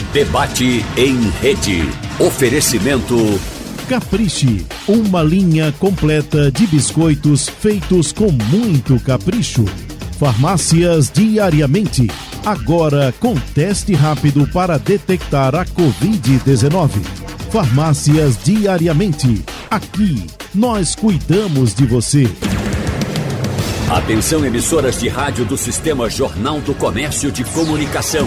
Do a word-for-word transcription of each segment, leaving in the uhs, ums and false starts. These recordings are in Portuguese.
Debate em rede. Oferecimento Capriche, uma linha completa de biscoitos feitos com muito capricho. Farmácias Diariamente, agora com teste rápido para detectar a covid dezenove. Farmácias Diariamente, aqui nós cuidamos de você. Atenção, emissoras de rádio do Sistema Jornal do Comércio de Comunicação.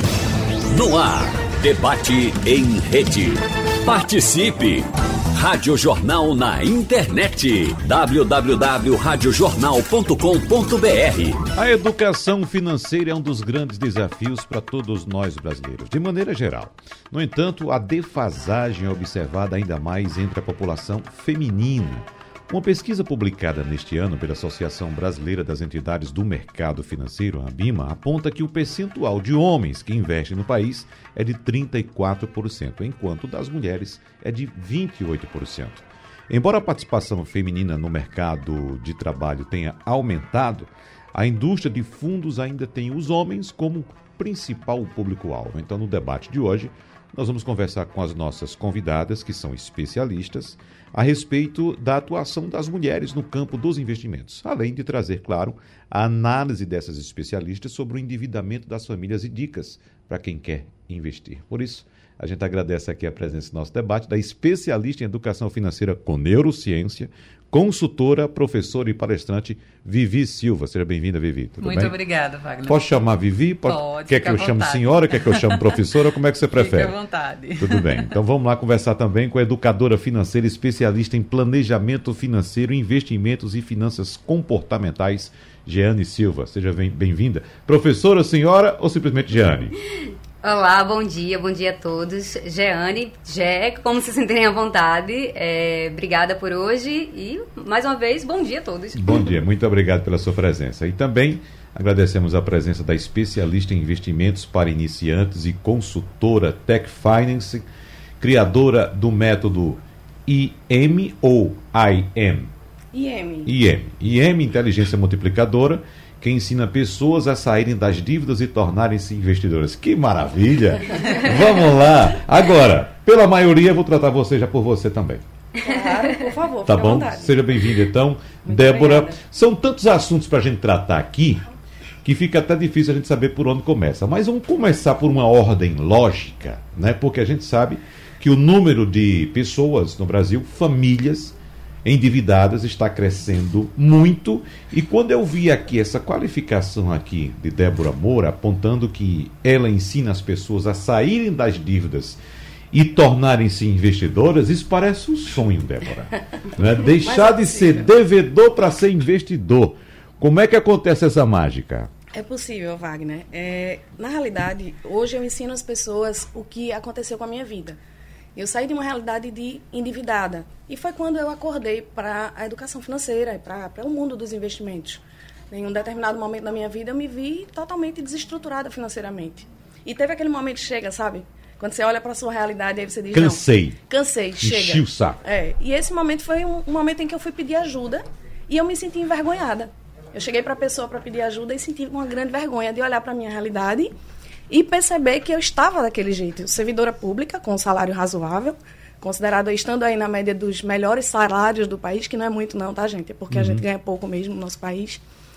No ar, debate em rede. Participe! Rádio Jornal na internet. w w w ponto rádio jornal ponto com ponto b r. A educação financeira é um dos grandes desafios para todos nós brasileiros, de maneira geral. No entanto, a defasagem é observada ainda mais entre a população feminina. Uma pesquisa publicada neste ano pela Associação Brasileira das Entidades do Mercado Financeiro, a ABIMA, aponta que o percentual de homens que investem no país é de trinta e quatro por cento, enquanto o das mulheres é de vinte e oito por cento. Embora a participação feminina no mercado de trabalho tenha aumentado, a indústria de fundos ainda tem os homens como principal público-alvo. Então, no debate de hoje, nós vamos conversar com as nossas convidadas, que são especialistas, a respeito da atuação das mulheres no campo dos investimentos, além de trazer, claro, a análise dessas especialistas sobre o endividamento das famílias e dicas para quem quer investir. Por isso, a gente agradece aqui a presença no nosso debate da especialista em educação financeira com neurociência, consultora, professora e palestrante Vivi Silva. Seja bem-vinda, Vivi. Tudo Muito bem? obrigada, Wagner. Posso chamar Vivi? Pode. Pode. Quer que eu chame senhora? Quer que eu chame professora? Como é que você prefere? Fique à vontade. Tudo bem. Então vamos lá conversar também com a educadora financeira, especialista em planejamento financeiro, investimentos e finanças comportamentais, Jeane Silva. Seja bem-vinda. Professora, senhora ou simplesmente Jeane? Olá, bom dia, bom dia a todos. Jeane, Jé, como se sentirem à vontade. É, obrigada por hoje e, mais uma vez, bom dia a todos. Bom dia, muito obrigado pela sua presença. E também agradecemos a presença da especialista em investimentos para iniciantes e consultora Tech Finance, criadora do método I M ou I M? I M. I M. I M, Inteligência Multiplicadora, que ensina pessoas a saírem das dívidas e tornarem-se investidoras. Que maravilha! Vamos lá! Agora, pela maioria, vou tratar você já por você também. Claro, por favor. Tá bom? Seja bem-vinda, então. Muito Débora, obrigada. São tantos assuntos para a gente tratar aqui que fica até difícil a gente saber por onde começa. Mas vamos começar por uma ordem lógica, né? Porque a gente sabe que o número de pessoas no Brasil, famílias endividadas, está crescendo muito, e quando eu vi aqui essa qualificação aqui de Débora Moura, apontando que ela ensina as pessoas a saírem das dívidas e tornarem-se investidoras, isso parece um sonho, Débora. Né? Deixar de ser devedor para ser investidor. Como é que acontece essa mágica? É possível, Wagner. É, na realidade, hoje eu ensino as pessoas o que aconteceu com a minha vida. Eu saí de uma realidade de endividada. E foi quando eu acordei para a educação financeira, para o mundo dos investimentos. Em um determinado momento da minha vida, eu me vi totalmente desestruturada financeiramente. E teve aquele momento que chega, sabe? Quando você olha para a sua realidade, aí você diz, cansei. Não, cansei, chega. Enchi o saco. É, e esse momento foi um, um momento em que eu fui pedir ajuda e eu me senti envergonhada. Eu cheguei para a pessoa para pedir ajuda e senti uma grande vergonha de olhar para a minha realidade e perceber que eu estava daquele jeito. Servidora pública, com um salário razoável, considerado, estando aí na média dos melhores salários do país, que não é muito não, tá, gente? É porque uhum. a gente ganha pouco mesmo no nosso país.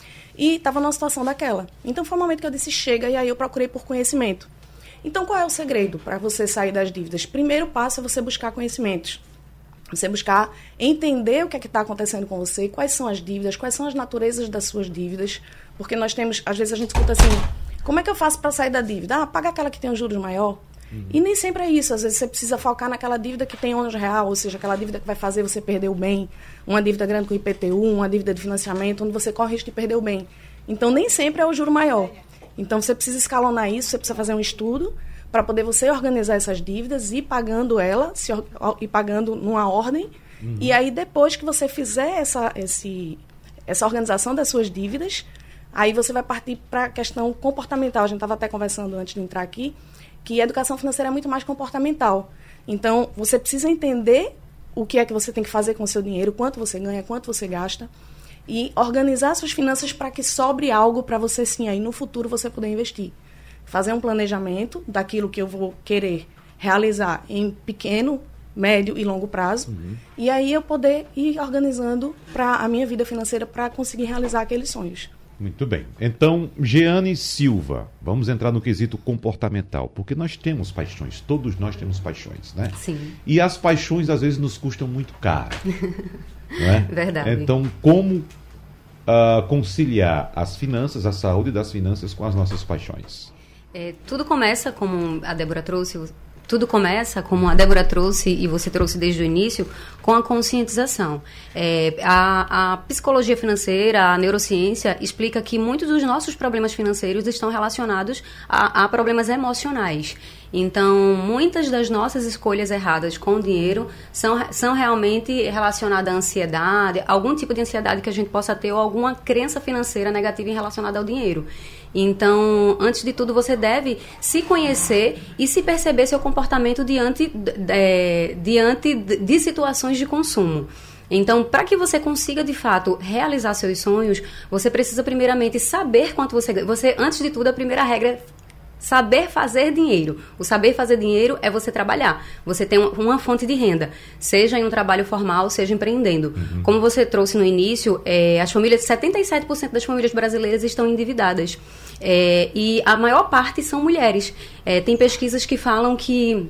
E estava numa situação daquela. Então foi um momento que eu disse, chega, e aí eu procurei por conhecimento. Então qual é o segredo para você sair das dívidas? Primeiro passo é você buscar conhecimentos. Você buscar entender o que é que está acontecendo com você, quais são as dívidas, quais são as naturezas das suas dívidas. Porque nós temos, às vezes a gente escuta assim, como é que eu faço para sair da dívida? Ah, paga aquela que tem um juros maior. Uhum. E nem sempre é isso. Às vezes você precisa focar naquela dívida que tem ônus real, ou seja, aquela dívida que vai fazer você perder o bem. Uma dívida grande com I P T U, uma dívida de financiamento, onde você corre o risco de perder o bem. Então, nem sempre é o juro maior. Então, você precisa escalonar isso, você precisa fazer um estudo para poder você organizar essas dívidas e ir pagando ela, se, ir pagando numa ordem. Uhum. E aí, depois que você fizer essa, esse, essa organização das suas dívidas, aí você vai partir para a questão comportamental. A gente estava até conversando antes de entrar aqui, que a educação financeira é muito mais comportamental. Então, você precisa entender o que é que você tem que fazer com o seu dinheiro, quanto você ganha, quanto você gasta, e organizar suas finanças para que sobre algo para você, sim, aí no futuro você poder investir. Fazer um planejamento daquilo que eu vou querer realizar em pequeno, médio e longo prazo, uhum. e aí eu poder ir organizando para a minha vida financeira para conseguir realizar aqueles sonhos. Muito bem. Então, Jeane Silva, vamos entrar no quesito comportamental, porque nós temos paixões, todos nós temos paixões, né? Sim. E as paixões às vezes nos custam muito caro. Não é? Verdade. Então, como uh, conciliar as finanças, a saúde das finanças com as nossas paixões? É, tudo começa, como a Débora trouxe, tudo começa, como a Débora trouxe e você trouxe desde o início, com a conscientização. É, a, a psicologia financeira, a neurociência, explica que muitos dos nossos problemas financeiros estão relacionados a, a problemas emocionais. Então, muitas das nossas escolhas erradas com o dinheiro são, são realmente relacionadas à ansiedade, algum tipo de ansiedade que a gente possa ter ou alguma crença financeira negativa relacionada ao dinheiro. Então, antes de tudo, você deve se conhecer e se perceber seu comportamento diante, de, diante de situações de consumo. Então, para que você consiga, de fato, realizar seus sonhos, você precisa, primeiramente, saber quanto você ganha. Você, antes de tudo, a primeira regra é saber fazer dinheiro. O saber fazer dinheiro é você trabalhar. Você tem uma fonte de renda, seja em um trabalho formal, seja empreendendo. Uhum. Como você trouxe no início, é, as famílias, setenta e sete por cento das famílias brasileiras estão endividadas. É, e a maior parte são mulheres. É, tem pesquisas que falam que...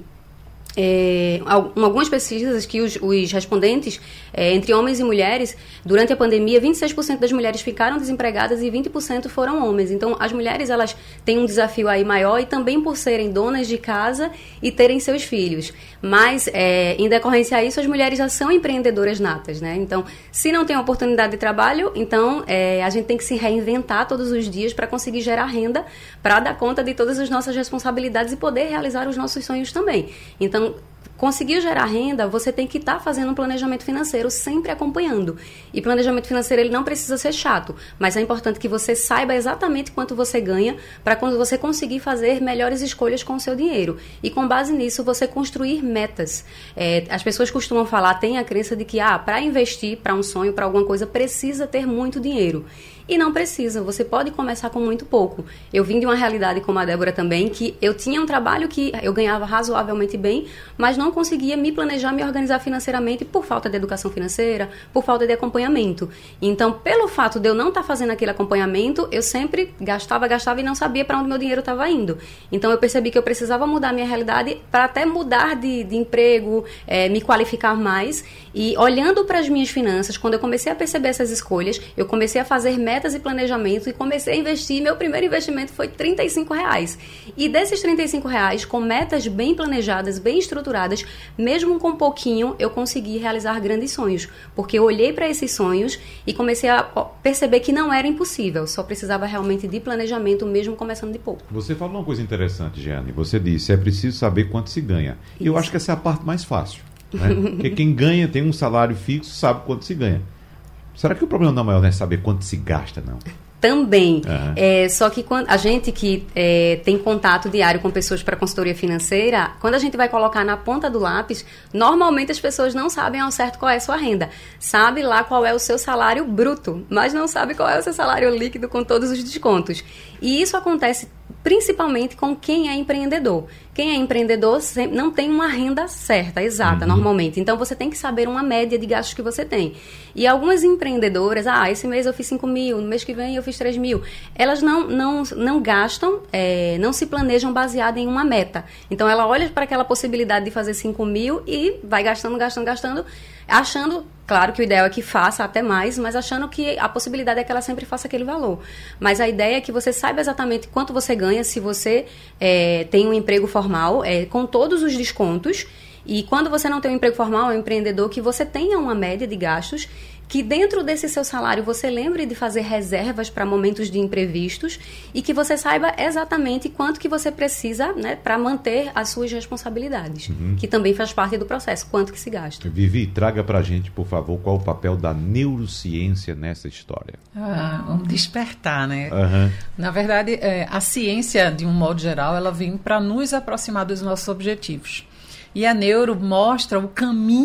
É, algumas pesquisas que os, os respondentes, é, entre homens e mulheres, durante a pandemia, vinte e seis por cento das mulheres ficaram desempregadas e vinte por cento foram homens. Então, as mulheres, elas têm um desafio aí maior e também por serem donas de casa e terem seus filhos. Mas, é, em decorrência a isso, as mulheres já são empreendedoras natas, né? Então, se não tem oportunidade de trabalho, então é, a gente tem que se reinventar todos os dias para conseguir gerar renda, para dar conta de todas as nossas responsabilidades e poder realizar os nossos sonhos também. Então, conseguir gerar renda, você tem que estar tá fazendo um planejamento financeiro, sempre acompanhando. E planejamento financeiro, ele não precisa ser chato, mas é importante que você saiba exatamente quanto você ganha para quando você conseguir fazer melhores escolhas com o seu dinheiro. E com base nisso, você construir metas. É, as pessoas costumam falar, tem a crença de que ah, para investir, para um sonho, para alguma coisa, precisa ter muito dinheiro. E não precisa, você pode começar com muito pouco. Eu vim de uma realidade, como a Débora também, que eu tinha um trabalho que eu ganhava razoavelmente bem, mas não conseguia me planejar, me organizar financeiramente por falta de educação financeira, por falta de acompanhamento. Então, pelo fato de eu não estar fazendo aquele acompanhamento, eu sempre gastava, gastava e não sabia para onde meu dinheiro estava indo. Então, eu percebi que eu precisava mudar a minha realidade para até mudar de, de emprego, é, me qualificar mais. E olhando para as minhas finanças, quando eu comecei a perceber essas escolhas, eu comecei a fazer metas e planejamento e comecei a investir. Meu primeiro investimento foi trinta e cinco reais. E desses trinta e cinco reais, com metas bem planejadas, bem estruturadas, mesmo com pouquinho, eu consegui realizar grandes sonhos. Porque eu olhei para esses sonhos e comecei a perceber que não era impossível, só precisava realmente de planejamento, mesmo começando de pouco. Você falou uma coisa interessante, Jeane. Você disse, é preciso saber quanto se ganha. E eu acho que essa é a parte mais fácil. Né? Porque quem ganha, tem um salário fixo, sabe quanto se ganha. Será que o problema não é maior não é saber quanto se gasta, não? Também. Uhum. É, só que quando a gente que é, tem contato diário com pessoas para consultoria financeira, quando a gente vai colocar na ponta do lápis, normalmente as pessoas não sabem ao certo qual é a sua renda. Sabe lá qual é o seu salário bruto, mas não sabe qual é o seu salário líquido com todos os descontos. E isso acontece principalmente com quem é empreendedor. Quem é empreendedor não tem uma renda certa, exata, uhum. normalmente. Então, você tem que saber uma média de gastos que você tem. E algumas empreendedoras, ah, esse mês eu fiz cinco mil, no mês que vem eu fiz três mil. Elas não, não, não gastam, é, não se planejam baseado em uma meta. Então, ela olha para aquela possibilidade de fazer cinco mil e vai gastando, gastando, gastando, achando... Claro que o ideal é que faça até mais, mas achando que a possibilidade é que ela sempre faça aquele valor. Mas a ideia é que você saiba exatamente quanto você ganha se você é, tem um emprego formal, é, com todos os descontos. E quando você não tem um emprego formal, é um empreendedor, que você tenha uma média de gastos, que dentro desse seu salário você lembre de fazer reservas para momentos de imprevistos e que você saiba exatamente quanto que você precisa, né, para manter as suas responsabilidades, uhum. que também faz parte do processo, quanto que se gasta. Vivi, traga para a gente, por favor, qual o papel da neurociência nessa história. Ah, vamos despertar, né? Uhum. Na verdade, é, a ciência, de um modo geral, ela vem para nos aproximar dos nossos objetivos. E a neuro mostra o caminho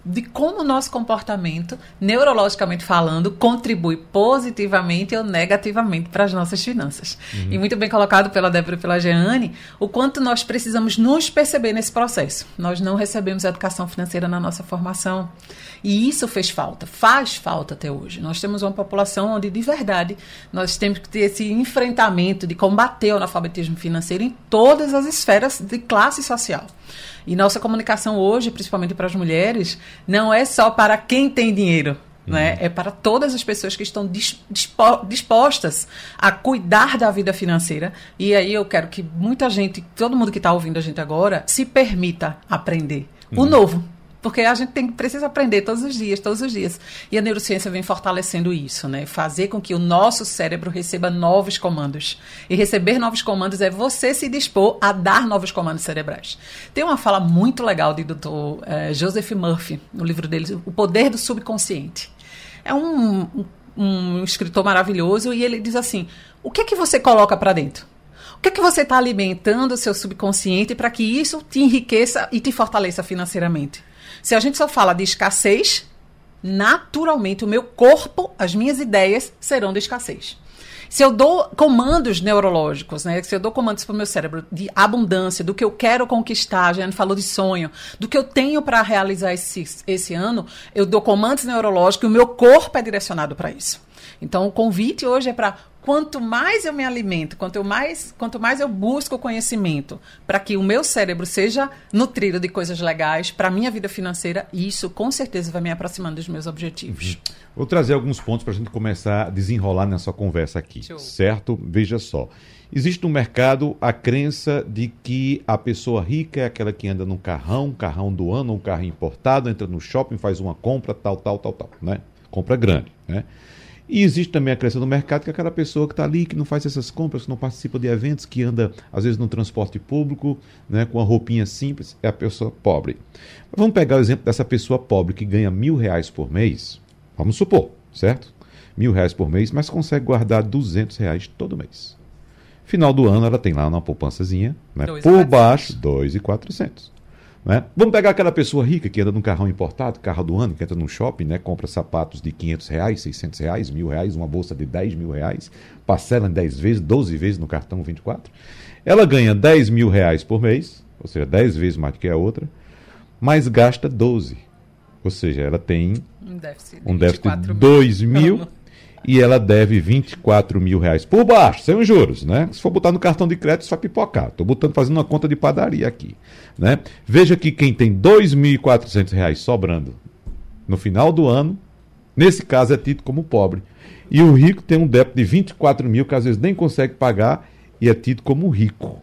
de como o nosso comportamento, neurologicamente falando, contribui positivamente ou negativamente para as nossas finanças. Uhum. E muito bem colocado pela Débora e pela Jeane, o quanto nós precisamos nos perceber nesse processo. Nós não recebemos educação financeira na nossa formação. E isso fez falta, faz falta até hoje. Nós temos uma população onde, de verdade, nós temos que ter esse enfrentamento de combater o analfabetismo financeiro em todas as esferas de classe social. E nossa comunicação hoje, principalmente para as mulheres, não é só para quem tem dinheiro, uhum. né? É para todas as pessoas que estão dispo- dispostas a cuidar da vida financeira. E aí eu quero que muita gente, todo mundo que está ouvindo a gente agora, se permita aprender uhum. o novo. Porque a gente tem, precisa aprender todos os dias, todos os dias. E a neurociência vem fortalecendo isso, né? Fazer com que o nosso cérebro receba novos comandos. E receber novos comandos é você se dispor a dar novos comandos cerebrais. Tem uma fala muito legal de doutor eh, Joseph Murphy, no livro dele, O Poder do Subconsciente. É um, um, um escritor maravilhoso e ele diz assim, o que é que você coloca para dentro? O que é que você está alimentando o seu subconsciente para que isso te enriqueça e te fortaleça financeiramente? Se a gente só fala de escassez, naturalmente o meu corpo, as minhas ideias serão de escassez. Se eu dou comandos neurológicos, né, se eu dou comandos para o meu cérebro de abundância, do que eu quero conquistar, a gente falou de sonho, do que eu tenho para realizar esse, esse ano, eu dou comandos neurológicos e o meu corpo é direcionado para isso. Então, o convite hoje é para quanto mais eu me alimento, quanto, eu mais, quanto mais eu busco conhecimento para que o meu cérebro seja nutrido de coisas legais para a minha vida financeira, isso com certeza vai me aproximando dos meus objetivos. Uhum. Vou trazer alguns pontos para a gente começar a desenrolar nessa conversa aqui, Show. certo? Veja só. Existe no mercado a crença de que a pessoa rica é aquela que anda num carrão, carrão do ano, um carro importado, entra no shopping, faz uma compra, tal, tal, tal, tal, né? Compra grande, né? E existe também a crença no mercado que é aquela pessoa que está ali, que não faz essas compras, que não participa de eventos, que anda, às vezes, no transporte público, né, com uma roupinha simples, é a pessoa pobre. Mas vamos pegar o exemplo dessa pessoa pobre que ganha mil reais por mês, vamos supor, certo? Mil reais por mês, mas consegue guardar duzentos reais todo mês. Final do ano, ela tem lá uma poupançazinha, né, por baixo, dois mil e quatrocentos. Né? Vamos pegar aquela pessoa rica que anda num carrão importado, carro do ano, que entra num shopping, né? Compra sapatos de quinhentos reais, seiscentos reais, mil reais, uma bolsa de dez mil reais, parcela em dez vezes, doze vezes no cartão vinte e quatro. Ela ganha dez mil reais por mês, ou seja, dez vezes mais do que a outra, mas gasta doze. Ou seja, ela tem um déficit de, um déficit de dois mil e ela deve vinte e quatro mil reais por baixo, sem os juros, né? Se for botar no cartão de crédito, só pipocar. Estou botando, fazendo uma conta de padaria aqui, né? Veja que quem tem dois mil e quatrocentos reais sobrando no final do ano, nesse caso é tido como pobre. E o rico tem um débito de vinte e quatro mil, que às vezes nem consegue pagar, e é tido como rico.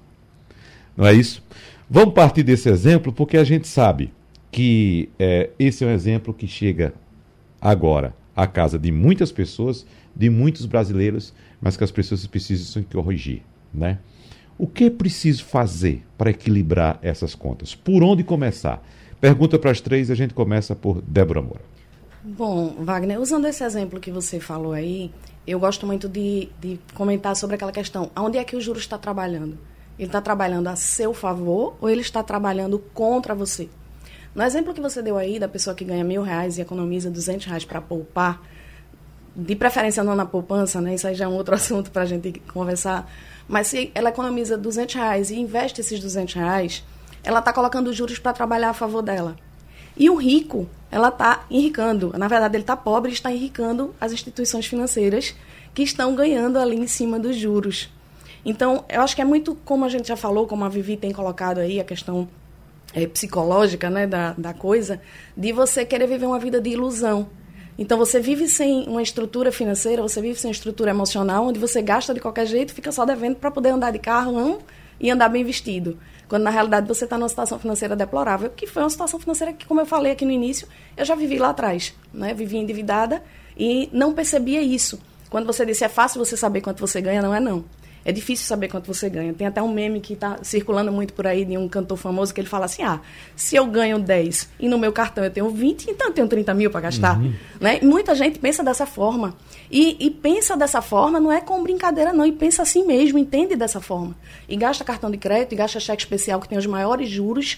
Não é isso? Vamos partir desse exemplo, porque a gente sabe que é, esse é um exemplo que chega agora à casa de muitas pessoas, de muitos brasileiros, mas que as pessoas precisam corrigir, né? O que é preciso fazer para equilibrar essas contas? Por onde começar? Pergunta para as três, a gente começa por Débora Moura. Bom, Wagner, usando esse exemplo que você falou aí, eu gosto muito de, de comentar sobre aquela questão, onde é que o juros está trabalhando? Ele está trabalhando a seu favor ou ele está trabalhando contra você? No exemplo que você deu aí, da pessoa que ganha mil reais e economiza duzentos reais para poupar, de preferência não na poupança, né? Isso aí já é um outro assunto para a gente conversar, mas se ela economiza duzentos reais e investe esses duzentos reais, ela está colocando juros para trabalhar a favor dela. E o rico, ela está enricando, na verdade ele está pobre e está enricando as instituições financeiras que estão ganhando ali em cima dos juros. Então, eu acho que é muito, como a gente já falou, como a Vivi tem colocado aí, a questão É, psicológica, né, da, da coisa, de você querer viver uma vida de ilusão. Então, você vive sem uma estrutura financeira, você vive sem estrutura emocional, onde você gasta de qualquer jeito, fica só devendo para poder andar de carro não, e andar bem vestido. Quando, na realidade, você está numa situação financeira deplorável, que foi uma situação financeira que, como eu falei aqui no início, eu já vivi lá atrás. Né? Vivia endividada e não percebia isso. Quando você disse, é fácil você saber quanto você ganha, não é não. É difícil saber quanto você ganha. Tem até um meme que está circulando muito por aí de um cantor famoso que ele fala assim, ah, se eu ganho dez e no meu cartão eu tenho vinte, então eu tenho trinta mil para gastar. Uhum. Né? E muita gente pensa dessa forma. E, e pensa dessa forma não é com brincadeira não, e pensa assim mesmo, entende dessa forma. E gasta cartão de crédito, e gasta cheque especial que tem os maiores juros,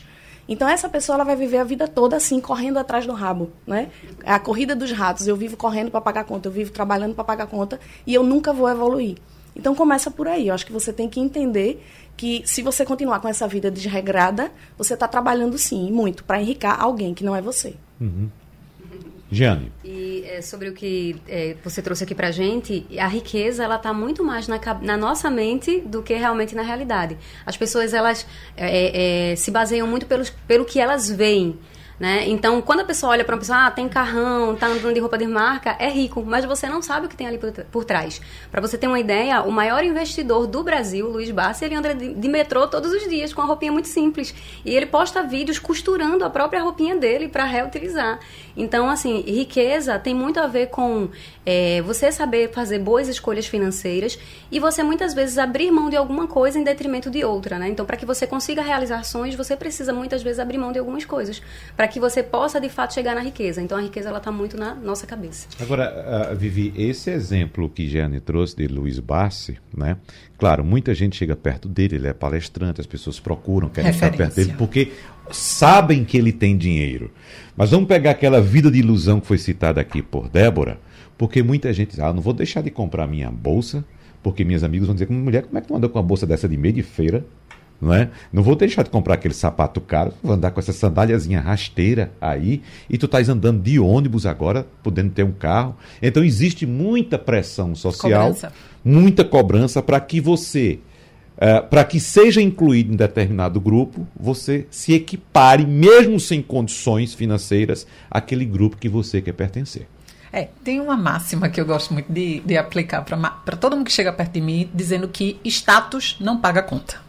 Então, essa pessoa ela vai viver a vida toda assim, correndo atrás do rabo, né? É a corrida dos ratos. Eu vivo correndo para pagar conta, eu vivo trabalhando para pagar conta e eu nunca vou evoluir. Então, começa por aí. Eu acho que você tem que entender que se você continuar com essa vida desregrada, você está trabalhando, sim, muito, para enriquecer alguém que não é você. Uhum. Giane. E é, sobre o que é, você trouxe aqui pra gente, a riqueza, ela tá muito mais na, na nossa mente do que realmente na realidade. As pessoas, elas é, é, se baseiam muito pelos, pelo que elas veem, né? Então, quando a pessoa olha para uma pessoa, ah, tem carrão, tá andando de roupa de marca, é rico, mas você não sabe o que tem ali por, por trás. Para você ter uma ideia, o maior investidor do Brasil, Luiz Barsi, ele anda de, de metrô todos os dias com uma roupinha muito simples. E ele posta vídeos costurando a própria roupinha dele para reutilizar. Então, assim, riqueza tem muito a ver com é, você saber fazer boas escolhas financeiras e você muitas vezes abrir mão de alguma coisa em detrimento de outra, né? Então, para que você consiga realizar sonhos, você precisa muitas vezes abrir mão de algumas coisas, para que você possa, de fato, chegar na riqueza. Então, a riqueza, ela está muito na nossa cabeça. Agora, uh, Vivi, esse exemplo que Giane trouxe de Luiz Barsi, né? Claro, muita gente chega perto dele, ele é palestrante, as pessoas procuram, querem estar perto dele, porque sabem que ele tem dinheiro. Mas vamos pegar aquela vida de ilusão que foi citada aqui por Débora, porque muita gente diz, ah, não vou deixar de comprar minha bolsa, porque minhas amigas vão dizer, mulher, como é que tu anda com uma bolsa dessa de meio de feira? Não é? Não vou deixar de comprar aquele sapato caro, vou andar com essa sandáliazinha rasteira aí, e tu estás andando de ônibus agora, podendo ter um carro. Então existe muita pressão social, cobrança. muita cobrança para que você, uh, para que seja incluído em determinado grupo, você se equipare, mesmo sem condições financeiras, àquele grupo que você quer pertencer. É, tem uma máxima que eu gosto muito de, de aplicar para todo mundo que chega perto de mim, dizendo que status não paga conta.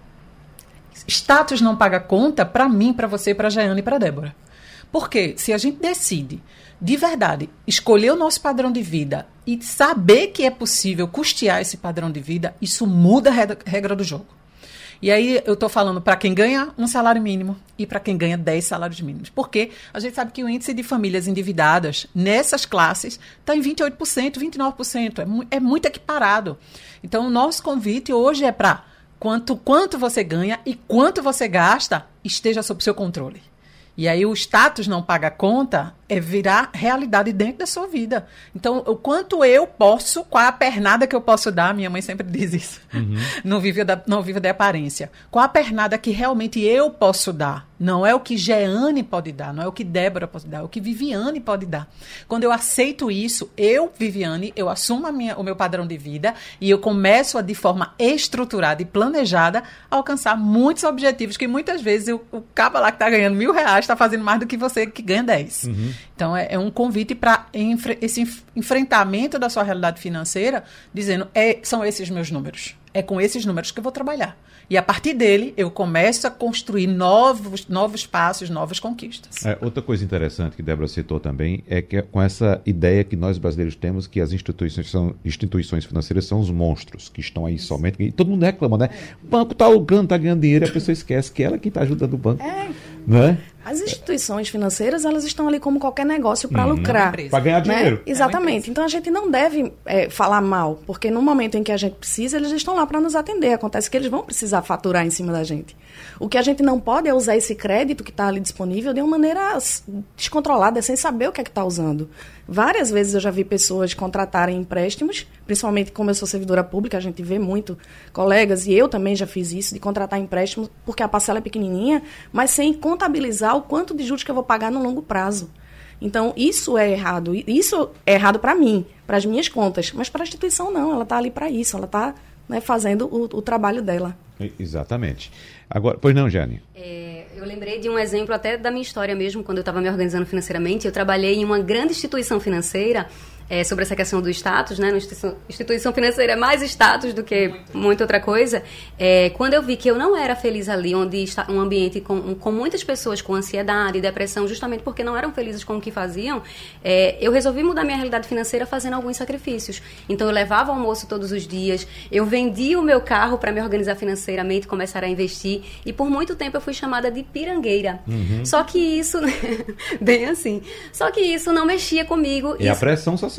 Status não paga conta para mim, para você, para a Jeane e para a Débora. Porque se a gente decide, de verdade, escolher o nosso padrão de vida e saber que é possível custear esse padrão de vida, isso muda a regra do jogo. E aí eu estou falando para quem ganha um salário mínimo e para quem ganha dez salários mínimos. Porque a gente sabe que o índice de famílias endividadas nessas classes está em vinte e oito por cento, vinte e nove por cento. É, mu- é muito equiparado. Então o nosso convite hoje é para Quanto, quanto você ganha e quanto você gasta esteja sob seu controle. E aí o status não paga conta é virar realidade dentro da sua vida. Então, o quanto eu posso, qual a pernada que eu posso dar, minha mãe sempre diz isso, uhum. não, vive da, não vive da aparência. Qual a pernada que realmente eu posso dar? Não é o que Jeane pode dar, não é o que Débora pode dar, é o que Viviane pode dar. Quando eu aceito isso, eu, Viviane, eu assumo a minha, o meu padrão de vida e eu começo a, de forma estruturada e planejada, a alcançar muitos objetivos que muitas vezes o, o cabo lá que está ganhando mil reais está fazendo mais do que você que ganha dez. Uhum. Então, é, é um convite para enfre- esse enf- enfrentamento da sua realidade financeira, dizendo, é, são esses meus números. É com esses números que eu vou trabalhar. E a partir dele, eu começo a construir novos, novos passos, novas conquistas. É, outra coisa interessante que Débora citou também é que é com essa ideia que nós brasileiros temos que as instituições, são, instituições financeiras são os monstros que estão aí somente. E todo mundo reclama, né? O banco está alugando, está ganhando dinheiro, e a pessoa esquece que ela que está ajudando o banco. É. Não é? As instituições financeiras, elas estão ali como qualquer negócio para hum, lucrar. Para ganhar dinheiro. Né? Exatamente. Então, a gente não deve é, falar mal, porque no momento em que a gente precisa, eles estão lá para nos atender. Acontece que eles vão precisar faturar em cima da gente. O que a gente não pode é usar esse crédito que está ali disponível de uma maneira descontrolada, sem saber o que é que está usando. Várias vezes eu já vi pessoas contratarem empréstimos, principalmente como eu sou servidora pública, a gente vê muito colegas, e eu também já fiz isso, de contratar empréstimos porque a parcela é pequenininha, mas sem contabilizar o quanto de juros que eu vou pagar no longo prazo. Então, isso é errado. Isso é errado para mim, para as minhas contas, mas para a instituição não, ela está ali para isso, ela está, né, fazendo o, o trabalho dela. Exatamente. Agora, pois não, Jeane? É, eu lembrei de um exemplo até da minha história mesmo, quando eu estava me organizando financeiramente. Eu trabalhei em uma grande instituição financeira, é, sobre essa questão do status, né? Instituição, instituição financeira é mais status do que muito. muita outra coisa. É, quando eu vi que eu não era feliz ali, onde está um ambiente com, com muitas pessoas com ansiedade e depressão, justamente porque não eram felizes com o que faziam, é, eu resolvi mudar minha realidade financeira fazendo alguns sacrifícios. Então, eu levava almoço todos os dias, eu vendia o meu carro para me organizar financeiramente, começar a investir, e por muito tempo eu fui chamada de pirangueira. Uhum. Só que isso, bem assim, só que isso não mexia comigo. E isso... a pressão social.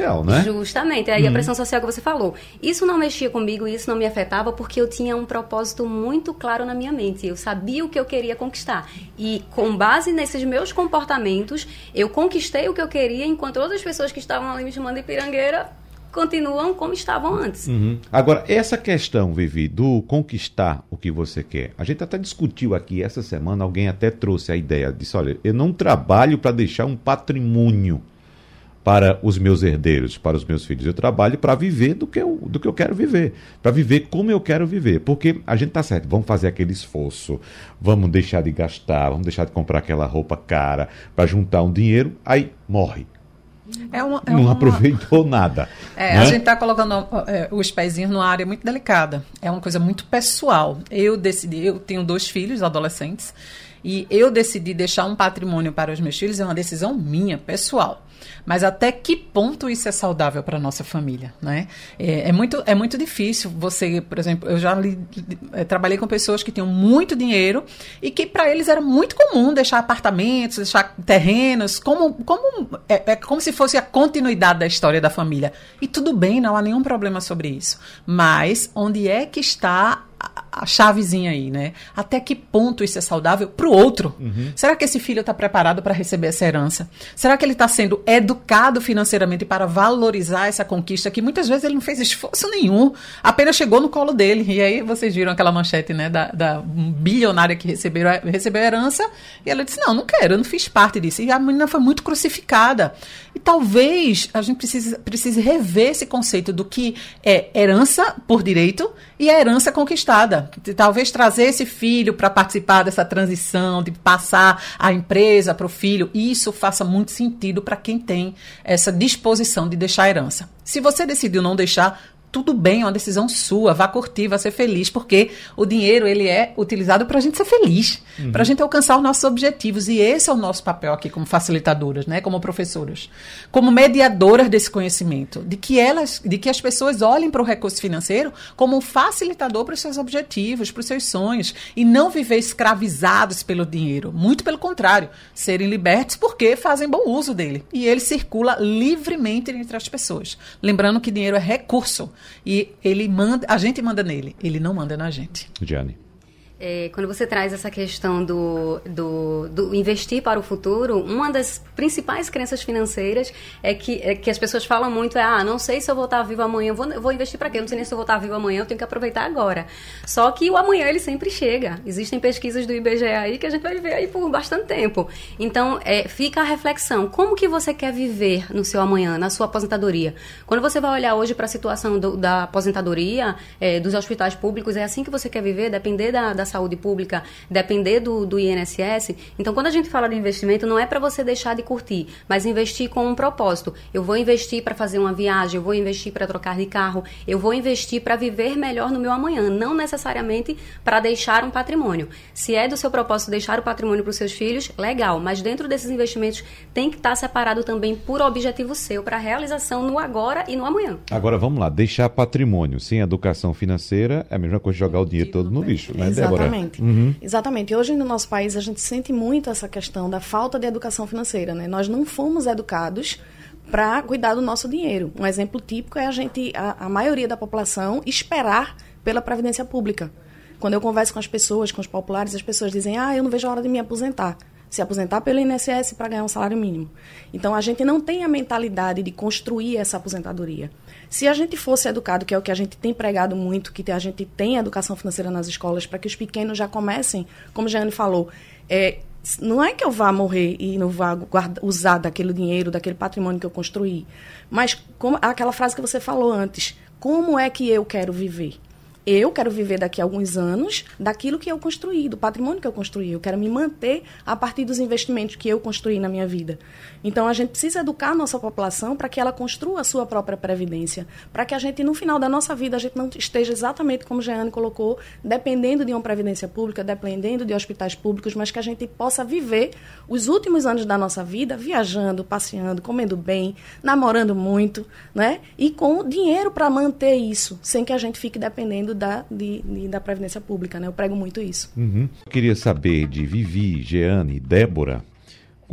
social, né? Justamente, aí uhum. a pressão social que você falou. Isso não mexia comigo, isso não me afetava, porque eu tinha um propósito muito claro na minha mente. Eu sabia o que eu queria conquistar. E com base nesses meus comportamentos, eu conquistei o que eu queria, enquanto outras pessoas que estavam ali me chamando de pirangueira continuam como estavam antes. Uhum. Agora, essa questão, Vivi, do conquistar o que você quer, a gente até discutiu aqui essa semana, alguém até trouxe a ideia, disse, olha, eu não trabalho para deixar um patrimônio para os meus herdeiros, para os meus filhos. Eu trabalho para viver do que eu, do que eu quero viver, para viver como eu quero viver. Porque a gente tá certo, vamos fazer aquele esforço, vamos deixar de gastar, vamos deixar de comprar aquela roupa cara para juntar um dinheiro, aí morre. É uma, é não uma... aproveitou nada. É, né? A gente está colocando é, os pezinhos numa área muito delicada. É uma coisa muito pessoal. Eu decidi, eu tenho dois filhos adolescentes, e eu decidi deixar um patrimônio para os meus filhos, é uma decisão minha, pessoal. Mas até que ponto isso é saudável para a nossa família, né? É, é, muito, é muito difícil você, por exemplo, eu já li, li, trabalhei com pessoas que tinham muito dinheiro e que para eles era muito comum deixar apartamentos, deixar terrenos, como, como, é, é como se fosse a continuidade da história da família. E tudo bem, não há nenhum problema sobre isso. Mas onde é que está a chavezinha aí, né? Até que ponto isso é saudável para o outro? Uhum. Será que esse filho está preparado para receber essa herança? Será que ele está sendo educado financeiramente para valorizar essa conquista que muitas vezes ele não fez esforço nenhum, apenas chegou no colo dele? E aí vocês viram aquela manchete, né, da, da bilionária que recebeu, recebeu a herança e ela disse, não, não quero, eu não fiz parte disso. E a menina foi muito crucificada. E talvez a gente precise, precise rever esse conceito do que é herança por direito e a herança conquistada. Talvez trazer esse filho para participar dessa transição, de passar a empresa para o filho, isso faça muito sentido para quem tem essa disposição de deixar a herança. Se você decidiu não deixar, tudo bem, é uma decisão sua, vá curtir, vá ser feliz, porque o dinheiro ele é utilizado para a gente ser feliz, uhum. para a gente alcançar os nossos objetivos, e esse é o nosso papel aqui como facilitadoras, né, como professoras, como mediadoras desse conhecimento, de que, elas, de que as pessoas olhem para o recurso financeiro como um facilitador para os seus objetivos, para os seus sonhos, e não viver escravizados pelo dinheiro, muito pelo contrário, serem libertos porque fazem bom uso dele, e ele circula livremente entre as pessoas, lembrando que dinheiro é recurso, e ele manda, a gente manda nele, ele não manda na gente. Giane. É, quando você traz essa questão do, do, do investir para o futuro, uma das principais crenças financeiras é que, é que as pessoas falam muito, é, ah, não sei se eu vou estar vivo amanhã, eu vou, eu vou investir para quê? Eu não sei nem se eu vou estar vivo amanhã, eu tenho que aproveitar agora. Só que o amanhã, ele sempre chega. Existem pesquisas do I B G E aí que a gente vai viver aí por bastante tempo. Então, é, fica a reflexão, como que você quer viver no seu amanhã, na sua aposentadoria? Quando você vai olhar hoje para a situação do, da aposentadoria, é, dos hospitais públicos, é assim que você quer viver, depender da, da saúde pública, depender do, do I N S S. Então, quando a gente fala de investimento, não é para você deixar de curtir, mas investir com um propósito. Eu vou investir para fazer uma viagem, eu vou investir para trocar de carro, eu vou investir para viver melhor no meu amanhã, não necessariamente para deixar um patrimônio. Se é do seu propósito deixar o patrimônio para os seus filhos, legal, mas dentro desses investimentos tem que estar separado também por objetivo seu, para realização no agora e no amanhã. Agora, vamos lá, deixar patrimônio sem educação financeira é a mesma coisa de jogar o dinheiro todo no lixo, né, Débora? Exatamente. Uhum. Exatamente. Hoje no nosso país a gente sente muito essa questão da falta de educação financeira, né? Nós não fomos educados para cuidar do nosso dinheiro. Um exemplo típico é a gente, a, a maioria da população esperar pela previdência pública. Quando eu converso com as pessoas, com os populares, as pessoas dizem, ah, eu não vejo a hora de me aposentar. Se aposentar pelo I N S S para ganhar um salário mínimo. Então, a gente não tem a mentalidade de construir essa aposentadoria. Se a gente fosse educado, que é o que a gente tem pregado muito, que a gente tem educação financeira nas escolas, para que os pequenos já comecem, como a Jeane falou, é, não é que eu vá morrer e não vá guarda, usar daquele dinheiro, daquele patrimônio que eu construí, mas como, aquela frase que você falou antes, como é que eu quero viver? Eu quero viver daqui a alguns anos daquilo que eu construí, do patrimônio que eu construí. Eu quero me manter a partir dos investimentos que eu construí na minha vida. Então, a gente precisa educar a nossa população para que ela construa a sua própria previdência, para que a gente, no final da nossa vida, a gente não esteja exatamente como a Jeane colocou, dependendo de uma previdência pública, dependendo de hospitais públicos, mas que a gente possa viver os últimos anos da nossa vida viajando, passeando, comendo bem, namorando muito, né? E com dinheiro para manter isso, sem que a gente fique dependendo Da, de, de, da Previdência Pública, né? Eu prego muito isso. Uhum. Eu queria saber de Vivi, Jeane, Débora,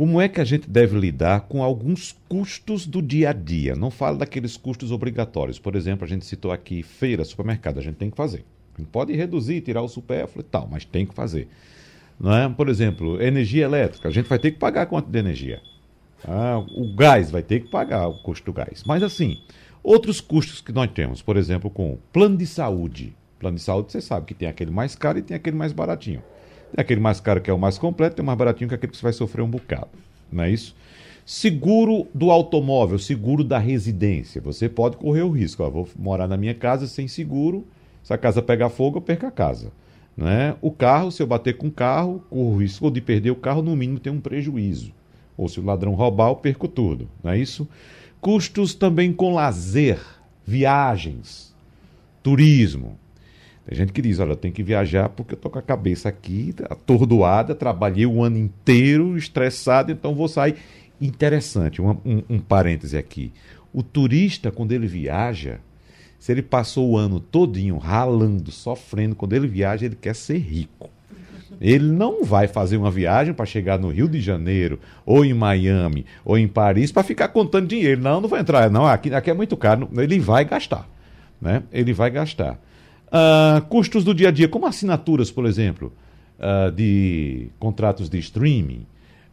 como é que a gente deve lidar com alguns custos do dia a dia? Não falo daqueles custos obrigatórios. Por exemplo, a gente citou aqui feira, supermercado, a gente tem que fazer. A gente pode reduzir, tirar o supérfluo e tal, mas tem que fazer. Não é? Por exemplo, energia elétrica, a gente vai ter que pagar a conta de energia. Ah, o gás, vai ter que pagar o custo do gás. Mas assim, outros custos que nós temos, por exemplo, com plano de saúde. Plano de saúde, você sabe que tem aquele mais caro e tem aquele mais baratinho. Tem aquele mais caro que é o mais completo, tem o mais baratinho que é aquele que você vai sofrer um bocado. Não é isso? Seguro do automóvel, seguro da residência. Você pode correr o risco. Ó, vou morar na minha casa sem seguro, se a casa pegar fogo, eu perco a casa. Não é? O carro, se eu bater com o carro, corro o risco de perder o carro, no mínimo tem um prejuízo. Ou se o ladrão roubar, eu perco tudo. Não é isso? Custos também com lazer, viagens, turismo. Tem gente que diz, olha, eu tenho que viajar porque eu estou com a cabeça aqui atordoada, trabalhei o ano inteiro, estressado, então vou sair. Interessante, um, um, um parêntese aqui. O turista, quando ele viaja, se ele passou o ano todinho ralando, sofrendo, quando ele viaja, ele quer ser rico. Ele não vai fazer uma viagem para chegar no Rio de Janeiro, ou em Miami, ou em Paris, para ficar contando dinheiro. Não, não vai entrar, não, aqui, aqui é muito caro. Ele vai gastar, né? Ele vai gastar. Uh, custos do dia a dia, como assinaturas, por exemplo, uh, de contratos de streaming,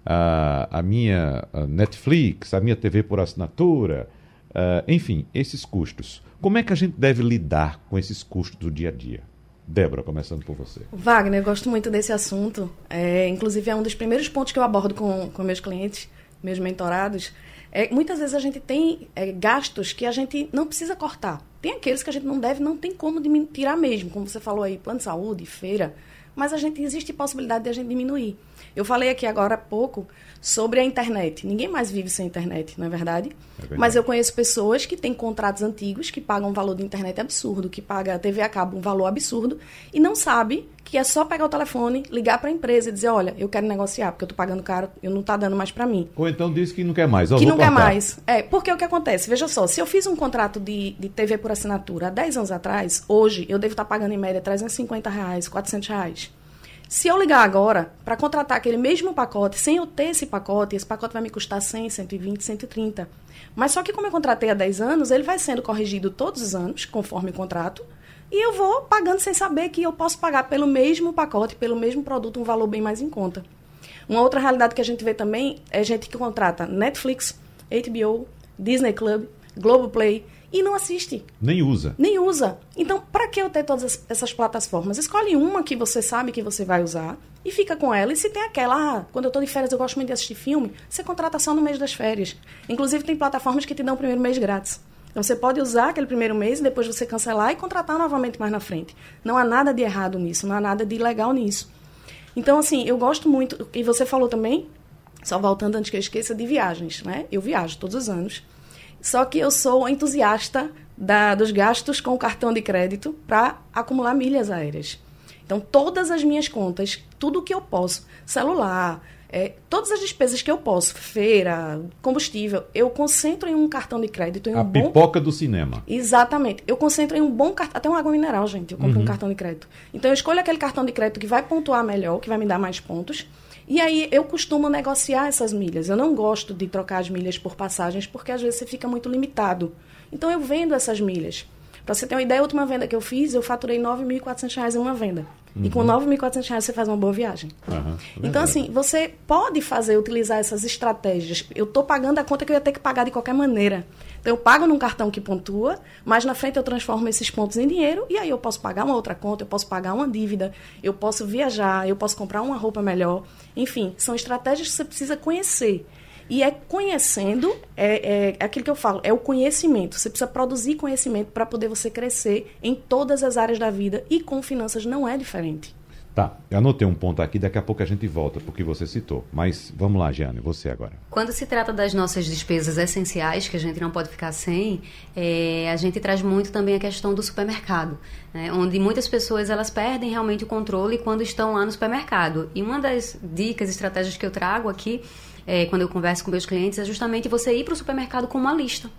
uh, a minha uh, Netflix, a minha T V por assinatura, uh, enfim, esses custos. Como é que a gente deve lidar com esses custos do dia a dia? Débora, começando por você. Wagner, eu gosto muito desse assunto. É, inclusive, é um dos primeiros pontos que eu abordo com, com meus clientes, meus mentorados. É, muitas vezes a gente tem é, gastos que a gente não precisa cortar. Tem aqueles que a gente não deve, não tem como tirar mesmo, como você falou aí, plano de saúde, feira, mas a gente existe possibilidade de a gente diminuir. Eu falei aqui agora há pouco sobre a internet. Ninguém mais vive sem internet, não é verdade? É verdade. Mas eu conheço pessoas que têm contratos antigos, que pagam um valor de internet absurdo, que paga a T V a cabo um valor absurdo, e não sabe que é só pegar o telefone, ligar para a empresa e dizer, olha, eu quero negociar, porque eu estou pagando caro, eu não está dando mais para mim. Ou então diz que não quer mais. Que não quer mais. É, porque o que acontece? Veja só, se eu fiz um contrato de, de T V por assinatura há dez anos atrás, hoje eu devo estar pagando em média trezentos e cinquenta reais, quatrocentos reais. Se eu ligar agora para contratar aquele mesmo pacote, sem eu ter esse pacote, esse pacote vai me custar cem, cento e vinte, cento e trinta. Mas só que como eu contratei há dez anos, ele vai sendo corrigido todos os anos, conforme o contrato, e eu vou pagando sem saber que eu posso pagar pelo mesmo pacote, pelo mesmo produto, um valor bem mais em conta. Uma outra realidade que a gente vê também é gente que contrata Netflix, H B O, Disney Club, Globoplay, e não assiste. Nem usa. Nem usa. Então, para que eu ter todas essas plataformas? Escolhe uma que você sabe que você vai usar e fica com ela. E se tem aquela, ah, quando eu estou de férias eu gosto muito de assistir filme, você contrata só no mês das férias. Inclusive, tem plataformas que te dão o primeiro mês grátis. Então, você pode usar aquele primeiro mês e depois você cancelar e contratar novamente mais na frente. Não há nada de errado nisso, não há nada de ilegal nisso. Então, assim, eu gosto muito, e você falou também, só voltando antes que eu esqueça, de viagens, né? Eu viajo todos os anos. Só que eu sou entusiasta da, dos gastos com o cartão de crédito para acumular milhas aéreas. Então, todas as minhas contas, tudo que eu posso, celular, é, todas as despesas que eu posso, feira, combustível, eu concentro em um cartão de crédito. Em um a bom... pipoca do cinema. Exatamente. Eu concentro em um bom cartão, até uma água mineral, gente, eu compro uhum. um cartão de crédito. Então, eu escolho aquele cartão de crédito que vai pontuar melhor, que vai me dar mais pontos. E aí, eu costumo negociar essas milhas. Eu não gosto de trocar as milhas por passagens, porque às vezes você fica muito limitado. Então, eu vendo essas milhas. Para você ter uma ideia, a última venda que eu fiz, eu faturei nove mil e quatrocentos reais em uma venda. Uhum. E com nove mil e quatrocentos reais você faz uma boa viagem. Uhum. Então, assim, você pode fazer, utilizar essas estratégias. Eu estou pagando a conta que eu ia ter que pagar de qualquer maneira. Então, eu pago num cartão que pontua, mas na frente eu transformo esses pontos em dinheiro e aí eu posso pagar uma outra conta, eu posso pagar uma dívida, eu posso viajar, eu posso comprar uma roupa melhor. Enfim, são estratégias que você precisa conhecer. E é conhecendo, é, é aquilo que eu falo, é o conhecimento. Você precisa produzir conhecimento para poder você crescer em todas as áreas da vida. E com finanças não é diferente. Tá, eu anotei um ponto aqui, daqui a pouco a gente volta, porque você citou. Mas vamos lá, Jeane, você agora. Quando se trata das nossas despesas essenciais, que a gente não pode ficar sem, é, a gente traz muito também a questão do supermercado, né, onde muitas pessoas elas perdem realmente o controle quando estão lá no supermercado. E uma das dicas, estratégias que eu trago aqui, é, quando eu converso com meus clientes, é justamente você ir para o supermercado com uma lista.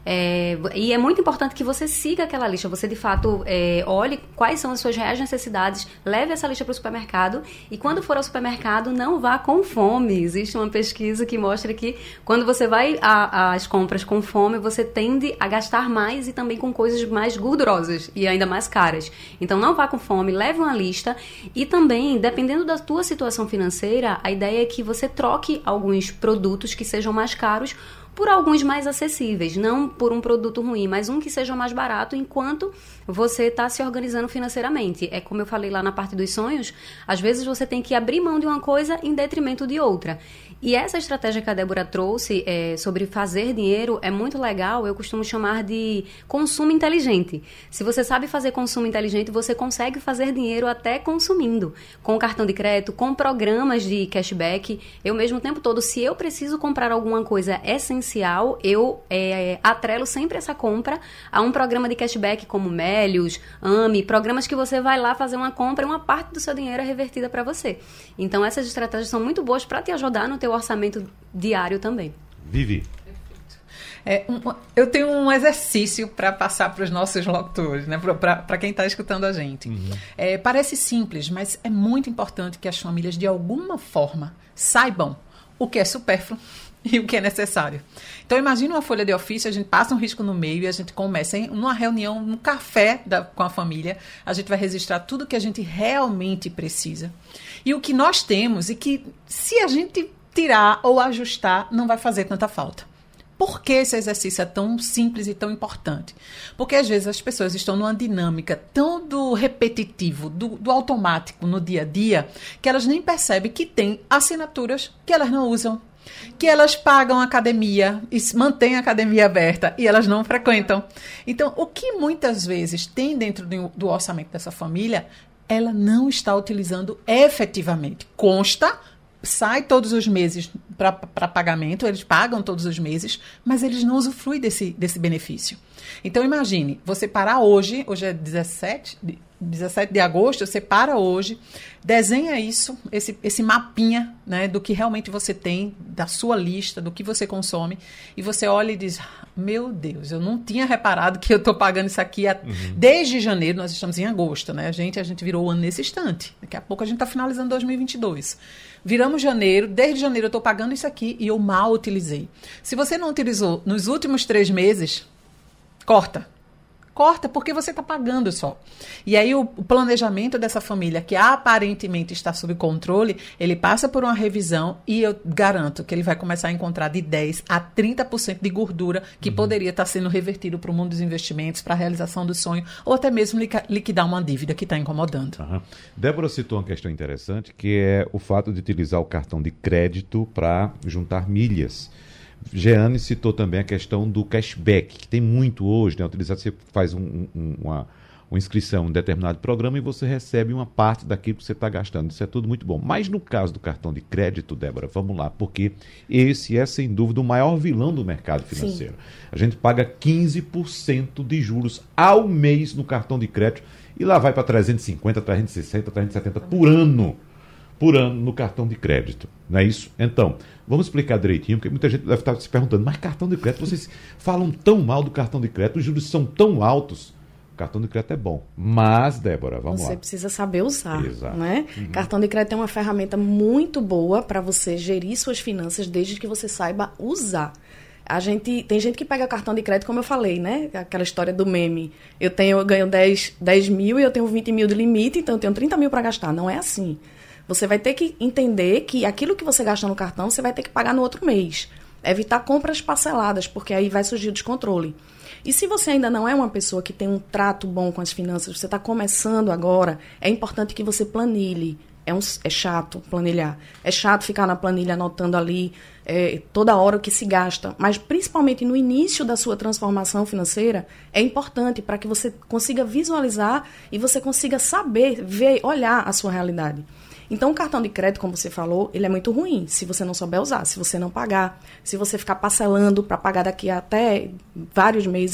É, e é muito importante que você siga aquela lista, você de fato é, olhe quais são as suas reais necessidades, leve essa lista para o supermercado e quando for ao supermercado não vá com fome. Existe uma pesquisa que mostra que quando você vai às compras com fome, você tende a gastar mais e também com coisas mais gordurosas e ainda mais caras. Então não vá com fome, leve uma lista e também, dependendo da tua situação financeira, a ideia é que você troque alguns produtos que sejam mais caros por alguns mais acessíveis, não por um produto ruim, mas um que seja mais barato enquanto você está se organizando financeiramente. É como eu falei lá na parte dos sonhos, às vezes você tem que abrir mão de uma coisa em detrimento de outra. E essa estratégia que a Débora trouxe é, sobre fazer dinheiro é muito legal, eu costumo chamar de consumo inteligente. Se você sabe fazer consumo inteligente, você consegue fazer dinheiro até consumindo. Com cartão de crédito, com programas de cashback. Eu mesmo o tempo todo, se eu preciso comprar alguma coisa essencial, eu é, atrelo sempre essa compra a um programa de cashback como Melios, Ame, programas que você vai lá fazer uma compra e uma parte do seu dinheiro é revertida para você. Então essas estratégias são muito boas para te ajudar no teu orçamento diário também. Vivi. É, um, eu tenho um exercício para passar para os nossos locutores, né? Para quem está escutando a gente. Uhum. É, parece simples, mas é muito importante que as famílias, de alguma forma, saibam o que é supérfluo e o que é necessário. Então, imagina uma folha de ofício, a gente passa um risco no meio e a gente começa em uma reunião, no café da, com a família, a gente vai registrar tudo que a gente realmente precisa. E o que nós temos e que, se a gente tirar ou ajustar, não vai fazer tanta falta. Por que esse exercício é tão simples e tão importante? Porque, às vezes, as pessoas estão numa dinâmica tão do repetitivo, do, do automático no dia a dia, que elas nem percebem que tem assinaturas que elas não usam, que elas pagam a academia e mantêm a academia aberta e elas não frequentam. Então, o que muitas vezes tem dentro do, do orçamento dessa família, ela não está utilizando efetivamente. Consta, sai todos os meses para pagamento, eles pagam todos os meses, mas eles não usufruem desse, desse benefício. Então, imagine, você parar hoje, hoje é dezessete de agosto, você para hoje, desenha isso, esse, esse mapinha, né, do que realmente você tem, da sua lista, do que você consome, e você olha e diz, meu Deus, eu não tinha reparado que eu estou pagando isso aqui a, uhum. desde janeiro, nós estamos em agosto, né, a gente, a gente virou o ano nesse instante, daqui a pouco a gente está finalizando dois mil e vinte e dois. Viramos janeiro, desde janeiro eu estou pagando isso aqui e eu mal utilizei. Se você não utilizou nos últimos três meses, corta. Corta, porque você está pagando só. E aí o, o planejamento dessa família, que aparentemente está sob controle, ele passa por uma revisão e eu garanto que ele vai começar a encontrar de dez a trinta por cento de gordura que uhum. poderia estar sendo revertido para o mundo dos investimentos, para a realização do sonho, ou até mesmo liquidar uma dívida que está incomodando. Uhum. Débora citou uma questão interessante, que é o fato de utilizar o cartão de crédito para juntar milhas. Jeane citou também a questão do cashback, que tem muito hoje, né? Utilizado, você faz um, um, uma, uma inscrição em um determinado programa e você recebe uma parte daquilo que você está gastando. Isso é tudo muito bom. Mas no caso do cartão de crédito, Débora, vamos lá, porque esse é, sem dúvida, o maior vilão do mercado financeiro. Sim. A gente paga quinze por cento de juros ao mês no cartão de crédito e lá vai para trezentos e cinquenta, trezentos e sessenta, trezentos e setenta por ano. por ano no cartão de crédito, não é isso? Então, vamos explicar direitinho, porque muita gente deve estar se perguntando, mas cartão de crédito, vocês falam tão mal do cartão de crédito, os juros são tão altos. O cartão de crédito é bom, mas, Débora, vamos você lá. Você precisa saber usar, Exato. né? Uhum. Cartão de crédito é uma ferramenta muito boa para você gerir suas finanças, desde que você saiba usar. A gente, tem gente que pega cartão de crédito, como eu falei, né? Aquela história do meme. Eu, tenho, eu ganho dez, dez mil e eu tenho vinte mil de limite, então eu tenho trinta mil para gastar. Não é assim. Você vai ter que entender que aquilo que você gasta no cartão, você vai ter que pagar no outro mês. Evitar compras parceladas, porque aí vai surgir o descontrole. E se você ainda não é uma pessoa que tem um trato bom com as finanças, você está começando agora, é importante que você planilhe. É, um, é chato planilhar. É chato ficar na planilha anotando ali é, toda hora o que se gasta. Mas, principalmente no início da sua transformação financeira, é importante para que você consiga visualizar e você consiga saber, ver, olhar a sua realidade. Então, o cartão de crédito, como você falou, ele é muito ruim se você não souber usar, se você não pagar, se você ficar parcelando para pagar daqui a até vários meses,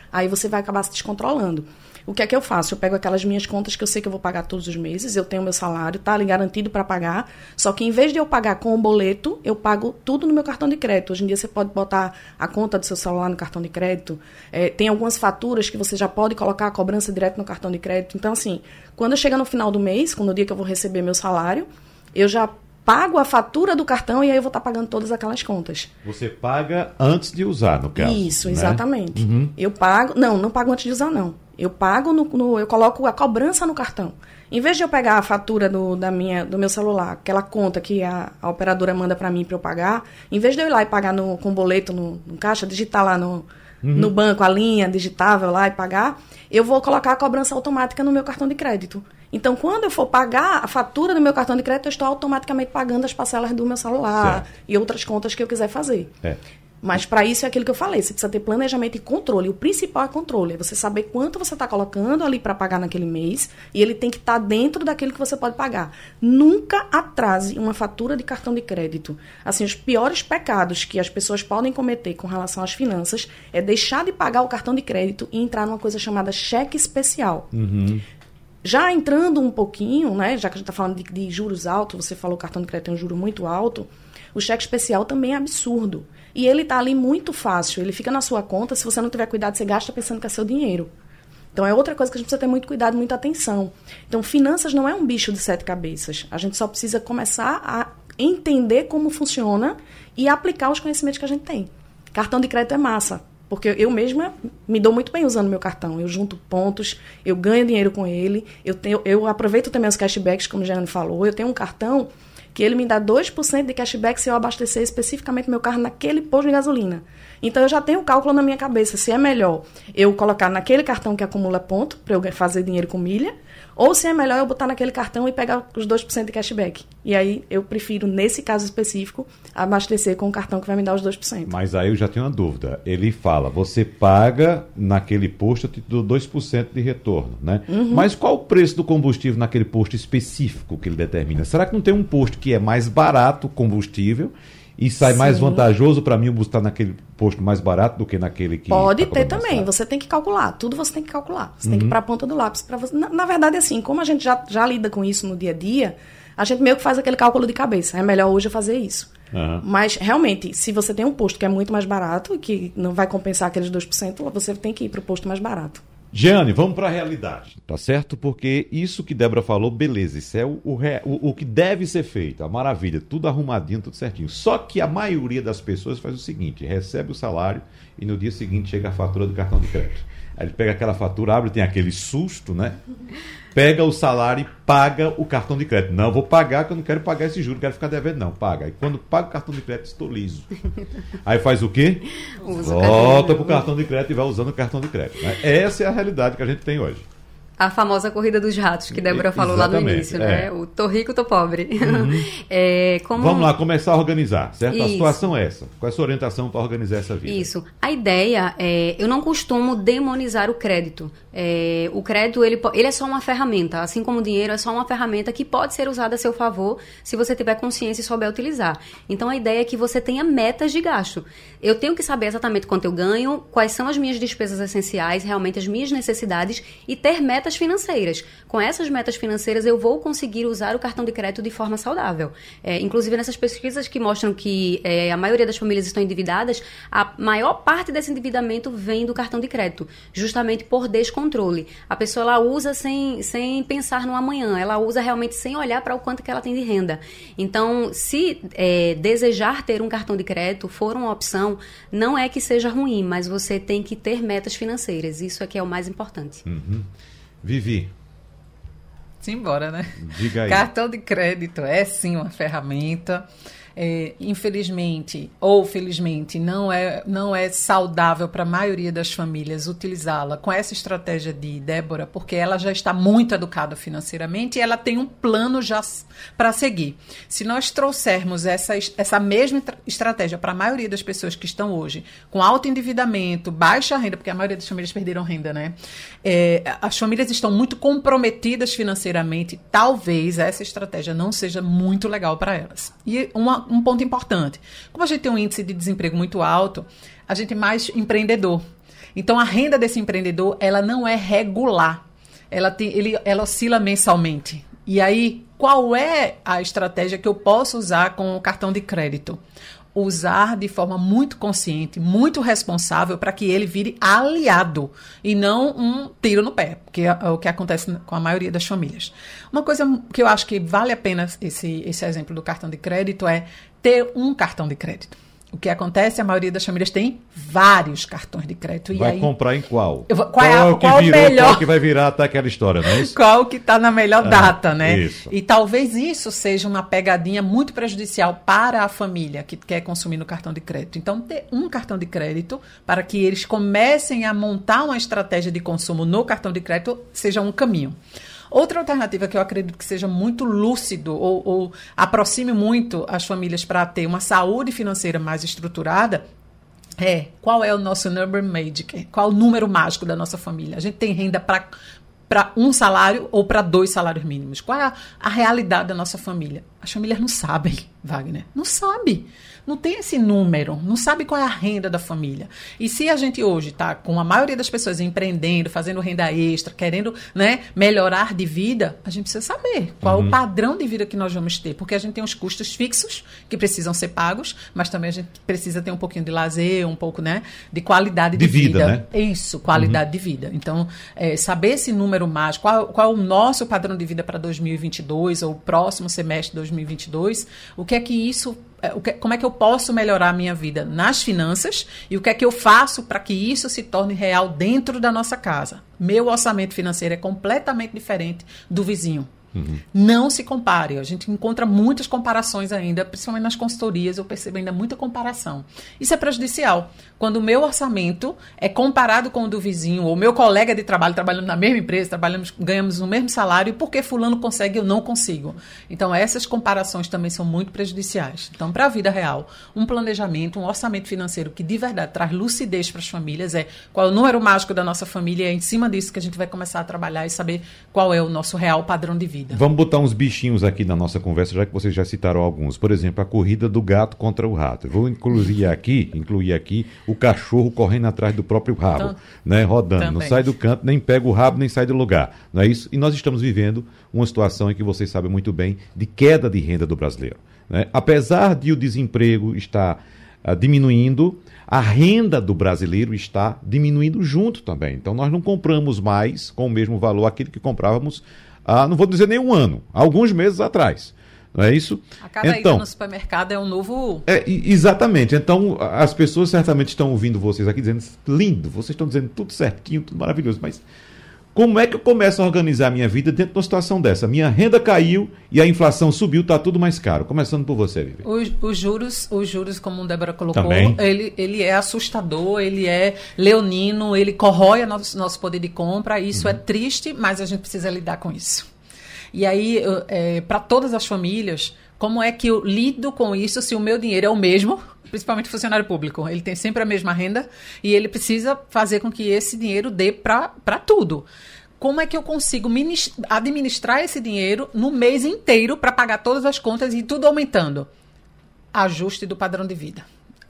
aí você vai acabar se descontrolando. O que é que eu faço? Eu pego aquelas minhas contas que eu sei que eu vou pagar todos os meses, eu tenho meu salário, tá ali garantido para pagar, só que em vez de eu pagar com o boleto, eu pago tudo no meu cartão de crédito. Hoje em dia você pode botar a conta do seu celular no cartão de crédito, é, tem algumas faturas que você já pode colocar a cobrança direto no cartão de crédito. Então, assim, quando chega no final do mês, no dia que eu vou receber meu salário, eu já pago a fatura do cartão e aí eu vou estar pagando todas aquelas contas. Você paga antes de usar, no caso. Isso, né? Exatamente. Uhum. Eu pago... Não, não pago antes de usar, não. Eu pago, no, no, eu coloco a cobrança no cartão. Em vez de eu pegar a fatura do, da minha, do meu celular, aquela conta que a, a operadora manda para mim para eu pagar, em vez de eu ir lá e pagar no, com boleto no, no caixa, digitar lá no, uhum. no banco a linha digitável lá e pagar, eu vou colocar a cobrança automática no meu cartão de crédito. Então, quando eu for pagar a fatura do meu cartão de crédito, eu estou automaticamente pagando as parcelas do meu celular certo. E outras contas que eu quiser fazer. É. Mas para isso é aquilo que eu falei, você precisa ter planejamento e controle. O principal é controle, é você saber quanto você está colocando ali para pagar naquele mês e ele tem que estar tá dentro daquilo que você pode pagar. Nunca atrase uma fatura de cartão de crédito. Assim, os piores pecados que as pessoas podem cometer com relação às finanças é deixar de pagar o cartão de crédito e entrar numa coisa chamada cheque especial. Uhum. Já entrando um pouquinho, né, já que a gente está falando de, de juros altos, você falou que o cartão de crédito tem um juro muito alto, o cheque especial também é absurdo. E ele está ali muito fácil, ele fica na sua conta, se você não tiver cuidado, você gasta pensando que é seu dinheiro. Então é outra coisa que a gente precisa ter muito cuidado, muita atenção. Então finanças não é um bicho de sete cabeças, a gente só precisa começar a entender como funciona e aplicar os conhecimentos que a gente tem. Cartão de crédito é massa, porque eu mesma me dou muito bem usando meu cartão, eu junto pontos, eu ganho dinheiro com ele, eu, tenho, eu aproveito também os cashbacks, como a Jeane falou, eu tenho um cartão que ele me dá dois por cento de cashback se eu abastecer especificamente meu carro naquele posto de gasolina. Então, eu já tenho o cálculo na minha cabeça se é melhor eu colocar naquele cartão que acumula ponto, para eu fazer dinheiro com milha, ou se é melhor eu botar naquele cartão e pegar os dois por cento de cashback. E aí, eu prefiro, nesse caso específico, abastecer com o cartão que vai me dar os dois por cento. Mas aí eu já tenho uma dúvida. Ele fala, você paga naquele posto, eu te dou dois por cento de retorno, né? Uhum. Mas qual o preço do combustível naquele posto específico que ele determina? Será que não tem um posto que é mais barato o combustível e sai Sim. mais vantajoso para mim eu buscar naquele posto mais barato do que naquele que... Pode tá ter também, você tem que calcular, tudo você tem que calcular, você uhum. tem que ir para a ponta do lápis. Pra você... na, na verdade, assim, como a gente já, já lida com isso no dia a dia, a gente meio que faz aquele cálculo de cabeça, é melhor hoje eu fazer isso. Uhum. Mas, realmente, se você tem um posto que é muito mais barato e que não vai compensar aqueles dois por cento, você tem que ir para o posto mais barato. Jeane, vamos para a realidade, tá certo? Porque isso que Débora falou, beleza, isso é o, o, o, o que deve ser feito, a maravilha, tudo arrumadinho, tudo certinho. Só que a maioria das pessoas faz o seguinte, recebe o salário e no dia seguinte chega a fatura do cartão de crédito. Aí ele pega aquela fatura, abre, tem aquele susto, né? Pega o salário e paga o cartão de crédito. Não, vou pagar que eu não quero pagar esse juro, não quero ficar devendo, não. Paga. Aí quando paga o cartão de crédito, estou liso. Aí faz o quê? Usa Volta para o cartão de crédito e vai usando o cartão de crédito. Né? Essa é a realidade que a gente tem hoje. A famosa corrida dos ratos, que Débora falou Exatamente, lá no início, né? É. O tô rico, tô pobre. Uhum. É, como... Vamos lá, começar a organizar, certo? Isso. A situação é essa. Qual é a sua orientação para organizar essa vida? Isso. A ideia é... Eu não costumo demonizar o crédito. É, o crédito, ele, ele é só uma ferramenta. Assim como o dinheiro, é só uma ferramenta que pode ser usada a seu favor se você tiver consciência e souber utilizar. Então, a ideia é que você tenha metas de gasto. Eu tenho que saber exatamente quanto eu ganho, quais são as minhas despesas essenciais, realmente as minhas necessidades e ter metas financeiras. Com essas metas financeiras, eu vou conseguir usar o cartão de crédito de forma saudável. É, inclusive, nessas pesquisas que mostram que é, a maioria das famílias estão endividadas, a maior parte desse endividamento vem do cartão de crédito, justamente por descontrole. A pessoa ela usa sem, sem pensar no amanhã, ela usa realmente sem olhar para o quanto que ela tem de renda. Então, se é, desejar ter um cartão de crédito for uma opção, não é que seja ruim, mas você tem que ter metas financeiras. Isso é que é o mais importante. Uhum. Vivi. Simbora, né? Diga aí. Cartão de crédito é sim uma ferramenta. É, infelizmente ou felizmente não é, não é saudável para a maioria das famílias utilizá-la com essa estratégia de Débora, porque ela já está muito educada financeiramente e ela tem um plano já para seguir. Se nós trouxermos essa, essa mesma estratégia para a maioria das pessoas que estão hoje com alto endividamento, baixa renda, porque a maioria das famílias perderam renda, né? É, as famílias estão muito comprometidas financeiramente, talvez essa estratégia não seja muito legal para elas. E uma Um ponto importante, como a gente tem um índice de desemprego muito alto, a gente é mais empreendedor. Então, a renda desse empreendedor, ela não é regular. Ela, tem, ele, ela oscila mensalmente. E aí, qual é a estratégia que eu posso usar com o cartão de crédito? Usar de forma muito consciente, muito responsável, para que ele vire aliado e não um tiro no pé, que é o que acontece com a maioria das famílias. Uma coisa que eu acho que vale a pena esse, esse exemplo do cartão de crédito é ter um cartão de crédito. O que acontece, a maioria das famílias tem vários cartões de crédito. E vai aí, comprar em qual? Eu vou, qual, qual é, é o que qual virou, melhor? Qual que vai virar até aquela história, não é isso? Qual que está na melhor Ah, data, né? Isso. E talvez isso seja uma pegadinha muito prejudicial para a família que quer consumir no cartão de crédito. Então, ter um cartão de crédito para que eles comecem a montar uma estratégia de consumo no cartão de crédito seja um caminho. Outra alternativa que eu acredito que seja muito lúcido ou, ou aproxime muito as famílias para ter uma saúde financeira mais estruturada é qual é o nosso number magic, qual é o número mágico da nossa família. A gente tem renda para para um salário ou para dois salários mínimos. Qual é a, a realidade da nossa família? As famílias não sabem, Wagner. Não sabe. Não tem esse número. Não sabe qual é a renda da família. E se a gente hoje está com a maioria das pessoas empreendendo, fazendo renda extra, querendo, né, melhorar de vida, a gente precisa saber qual uhum. é o padrão de vida que nós vamos ter. Porque a gente tem os custos fixos que precisam ser pagos, mas também a gente precisa ter um pouquinho de lazer, um pouco, né, de qualidade de, de vida. vida. Né? Isso, qualidade uhum. de vida. Então, é, saber esse número mágico, qual, qual é o nosso padrão de vida para dois mil e vinte e dois ou o próximo semestre de dois mil e vinte e dois, o que é que isso, o que, como é que eu posso melhorar a minha vida nas finanças e o que é que eu faço para que isso se torne real dentro da nossa casa. Meu orçamento financeiro é completamente diferente do vizinho. Uhum. Não se compare. A gente encontra muitas comparações ainda, principalmente nas consultorias, eu percebo ainda muita comparação. Isso é prejudicial. Quando o meu orçamento é comparado com o do vizinho, ou meu colega de trabalho, trabalhando na mesma empresa, trabalhamos, ganhamos o mesmo salário, e porque fulano consegue, eu não consigo. Então, essas comparações também são muito prejudiciais. Então, para a vida real, um planejamento, um orçamento financeiro que de verdade traz lucidez para as famílias é qual é o número mágico da nossa família, é em cima disso que a gente vai começar a trabalhar e saber qual é o nosso real padrão de vida. Vamos botar uns bichinhos aqui na nossa conversa, já que vocês já citaram alguns. Por exemplo, a corrida do gato contra o rato. Eu vou incluir aqui, incluir aqui o cachorro correndo atrás do próprio rabo, então, né, rodando. Também. Não sai do canto, nem pega o rabo, nem sai do lugar. Não é isso? E nós estamos vivendo uma situação em que vocês sabem muito bem de queda de renda do brasileiro. Né? Apesar de o desemprego estar uh, diminuindo, a renda do brasileiro está diminuindo junto também. Então, nós não compramos mais com o mesmo valor aquilo que comprávamos Ah, não vou dizer nem um ano, alguns meses atrás, não é isso? A cada então, ida no supermercado é um novo... É, exatamente, então as pessoas certamente estão ouvindo vocês aqui dizendo, lindo, vocês estão dizendo tudo certinho, tudo maravilhoso, mas como é que eu começo a organizar a minha vida dentro de uma situação dessa? Minha renda caiu e a inflação subiu, está tudo mais caro. Começando por você, Vivi. Os, os juros, os juros, como a Débora colocou, ele, ele é assustador, ele é leonino, ele corrói o nosso, nosso poder de compra. Isso uhum. é triste, mas a gente precisa lidar com isso. E aí, é, para todas as famílias, como é que eu lido com isso se o meu dinheiro é o mesmo? Principalmente funcionário público, ele tem sempre a mesma renda e ele precisa fazer com que esse dinheiro dê para tudo. Como é que eu consigo administrar esse dinheiro no mês inteiro para pagar todas as contas e tudo aumentando? Ajuste do padrão de vida.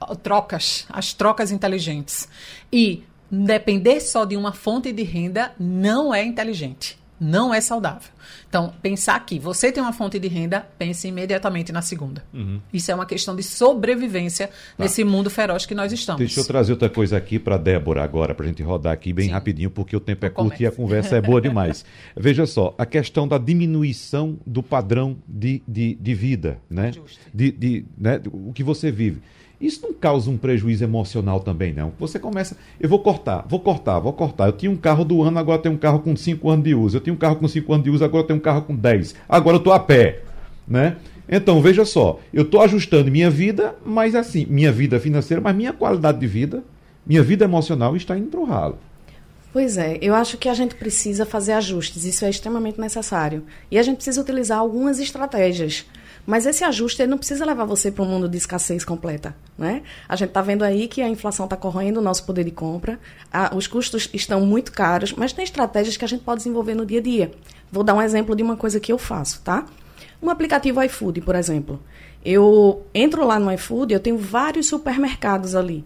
Trocas, as trocas inteligentes. E depender só de uma fonte de renda não é inteligente. Não é saudável. Então, pensar aqui, você tem uma fonte de renda, pense imediatamente na segunda. Uhum. Isso é uma questão de sobrevivência tá. nesse mundo feroz que nós estamos. Deixa eu trazer outra coisa aqui para a Débora agora, para a gente rodar aqui bem Sim. rapidinho, porque o tempo é curto Comece. e a conversa é boa demais. Veja só, a questão da diminuição do padrão de, de, de vida, né? De, de, né? O que você vive. Isso não causa um prejuízo emocional também, não? Você começa, eu vou cortar, vou cortar, vou cortar. Eu tinha um carro do ano, agora tenho um carro com cinco anos de uso. Eu tinha um carro com cinco anos de uso, agora tenho um carro com dez. Agora eu estou a pé, né? Então, veja só, eu estou ajustando minha vida, mas assim, minha vida financeira, mas minha qualidade de vida, minha vida emocional está indo para o ralo. Pois é, eu acho que a gente precisa fazer ajustes, isso é extremamente necessário. E a gente precisa utilizar algumas estratégias. Mas esse ajuste ele não precisa levar você para um mundo de escassez completa, né? A gente está vendo aí que a inflação está corroendo o nosso poder de compra, a, os custos estão muito caros, mas tem estratégias que a gente pode desenvolver no dia a dia. Vou dar um exemplo de uma coisa que eu faço, tá? Um aplicativo iFood, por exemplo. Eu entro lá no iFood, eu tenho vários supermercados ali.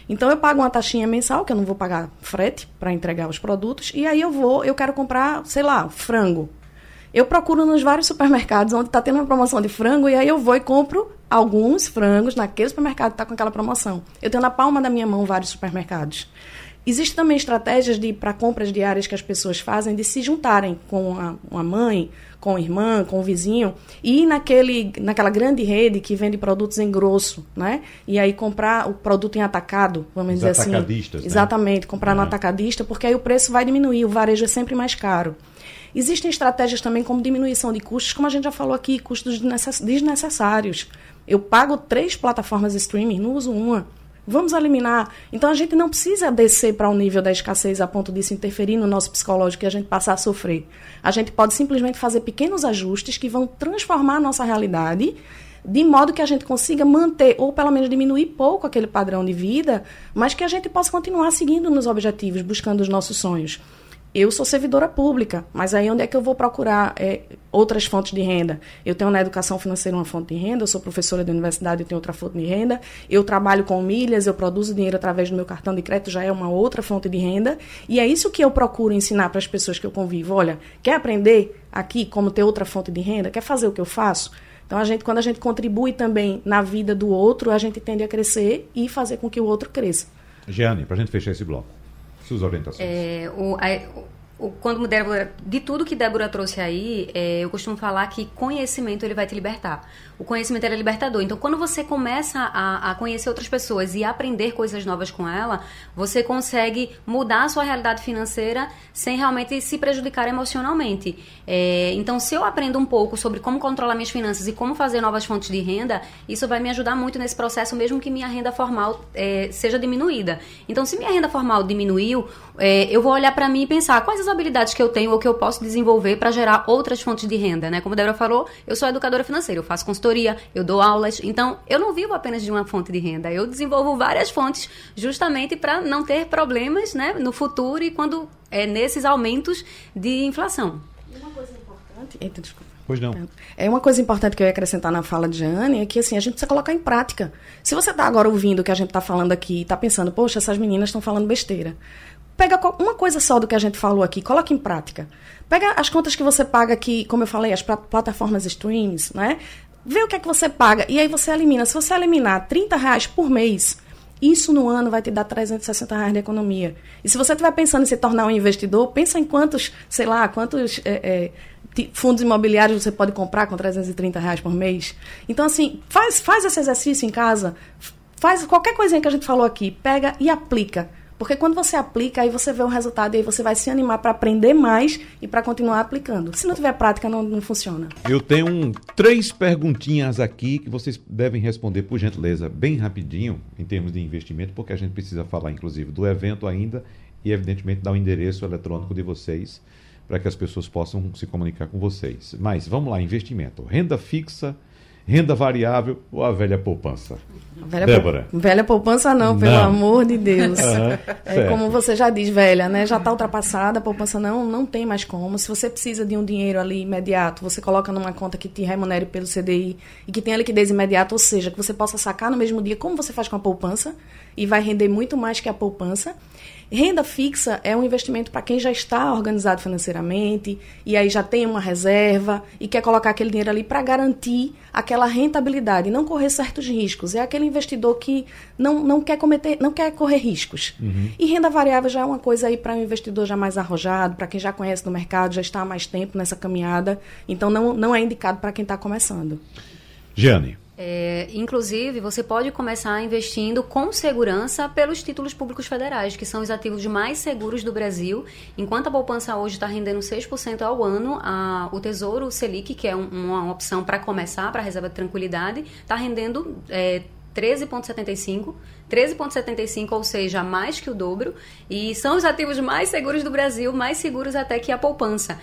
Então, eu pago uma taxinha mensal, que eu não vou pagar frete para entregar os produtos, e aí eu vou, eu quero comprar, sei lá, frango. Eu procuro nos vários supermercados onde está tendo uma promoção de frango, e aí eu vou e compro alguns frangos naquele supermercado que está com aquela promoção. Eu tenho na palma da minha mão vários supermercados. Existem também estratégias para compras diárias que as pessoas fazem de se juntarem com a, uma mãe, com a irmã, com o vizinho, e ir naquele, naquela grande rede que vende produtos em grosso, né? E aí comprar o produto em atacado, vamos Os dizer assim. atacadistas, né? Exatamente, comprar Uhum. no atacadista, porque aí o preço vai diminuir, o varejo é sempre mais caro. Existem estratégias também como diminuição de custos, como a gente já falou aqui, custos desnecessários. Eu pago três plataformas de streaming, não uso uma. Vamos eliminar. Então, a gente não precisa descer para o nível da escassez a ponto disso interferir no nosso psicológico e a gente passar a sofrer. A gente pode simplesmente fazer pequenos ajustes que vão transformar a nossa realidade de modo que a gente consiga manter, ou pelo menos diminuir pouco aquele padrão de vida, mas que a gente possa continuar seguindo nos objetivos, buscando os nossos sonhos. Eu sou servidora pública, mas aí onde é que eu vou procurar é, outras fontes de renda? Eu tenho na educação financeira uma fonte de renda, eu sou professora da universidade, eu tenho outra fonte de renda, eu trabalho com milhas, eu produzo dinheiro através do meu cartão de crédito, já é uma outra fonte de renda, e é isso que eu procuro ensinar para as pessoas que eu convivo. Olha, quer aprender aqui como ter outra fonte de renda? Quer fazer o que eu faço? Então, a gente, quando a gente contribui também na vida do outro, a gente tende a crescer e fazer com que o outro cresça. Jeane, para a gente fechar esse bloco, suas orientações. É, o, a, o, quando Débora, de tudo que Débora trouxe aí, é, eu costumo falar que conhecimento ele vai te libertar. O conhecimento ele é libertador. Então, quando você começa a, a conhecer outras pessoas e aprender coisas novas com ela, você consegue mudar a sua realidade financeira sem realmente se prejudicar emocionalmente. É, então, se eu aprendo um pouco sobre como controlar minhas finanças e como fazer novas fontes de renda, isso vai me ajudar muito nesse processo, mesmo que minha renda formal é, seja diminuída. Então, se minha renda formal diminuiu, é, eu vou olhar para mim e pensar quais as habilidades que eu tenho ou que eu posso desenvolver para gerar outras fontes de renda, né? Como a Débora falou, eu sou educadora financeira, eu faço consultoria, eu dou aulas, então eu não vivo apenas de uma fonte de renda, eu desenvolvo várias fontes justamente para não ter problemas, né, no futuro e quando é nesses aumentos de inflação. Uma coisa importante... Eita, desculpa. Pois não. É uma coisa importante que eu ia acrescentar na fala de Jeane, é que assim, a gente precisa colocar em prática. Se você está agora ouvindo o que a gente está falando aqui e está pensando, poxa, essas meninas estão falando besteira, pega uma coisa só do que a gente falou aqui, coloca em prática. Pega as contas que você paga aqui, como eu falei, as plataformas streams, né? Vê o que é que você paga e aí você elimina. Se você eliminar trinta reais por mês, isso no ano vai te dar trezentos e sessenta reais de economia. E se você estiver pensando em se tornar um investidor, pensa em quantos, sei lá, quantos é, é, fundos imobiliários você pode comprar com trezentos e trinta reais por mês. Então, assim, faz, faz esse exercício em casa, faz qualquer coisinha que a gente falou aqui, pega e aplica. Porque quando você aplica, aí você vê o resultado e aí você vai se animar para aprender mais e para continuar aplicando. Se não tiver prática, não, não funciona. Eu tenho um, três perguntinhas aqui que vocês devem responder, por gentileza, bem rapidinho, em termos de investimento, porque a gente precisa falar, inclusive, do evento ainda e, evidentemente, dar o endereço eletrônico de vocês para que as pessoas possam se comunicar com vocês. Mas, vamos lá, investimento. Renda fixa, renda variável ou a velha poupança? Velha Débora. Pou... Velha poupança não, pelo não. amor de Deus. Uhum, é, como você já diz, velha, né? Já está ultrapassada, a poupança não, não tem mais como. Se você precisa de um dinheiro ali imediato, você coloca numa conta que te remunere pelo C D I e que tenha liquidez imediata, ou seja, que você possa sacar no mesmo dia, como você faz com a poupança, e vai render muito mais que a poupança. Renda fixa é um investimento para quem já está organizado financeiramente e aí já tem uma reserva e quer colocar aquele dinheiro ali para garantir aquela rentabilidade, não correr certos riscos. É aquele investidor que não, não quer cometer, não quer correr riscos. Uhum. E renda variável já é uma coisa aí para um investidor já mais arrojado, para quem já conhece do mercado, já está há mais tempo nessa caminhada. Então não, não é indicado para quem está começando. Jeane. É, inclusive, você pode começar investindo com segurança pelos títulos públicos federais, que são os ativos mais seguros do Brasil. Enquanto a poupança hoje está rendendo seis por cento ao ano, a, o Tesouro Selic, que é um, uma opção para começar, para reserva de tranquilidade, está rendendo é, treze vírgula setenta e cinco por cento. treze vírgula setenta e cinco por cento, ou seja, mais que o dobro, e são os ativos mais seguros do Brasil, mais seguros até que a poupança.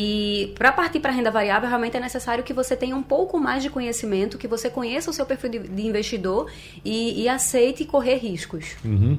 E para partir para a renda variável, realmente é necessário que você tenha um pouco mais de conhecimento, que você conheça o seu perfil de, de investidor e, e aceite correr riscos. Uhum.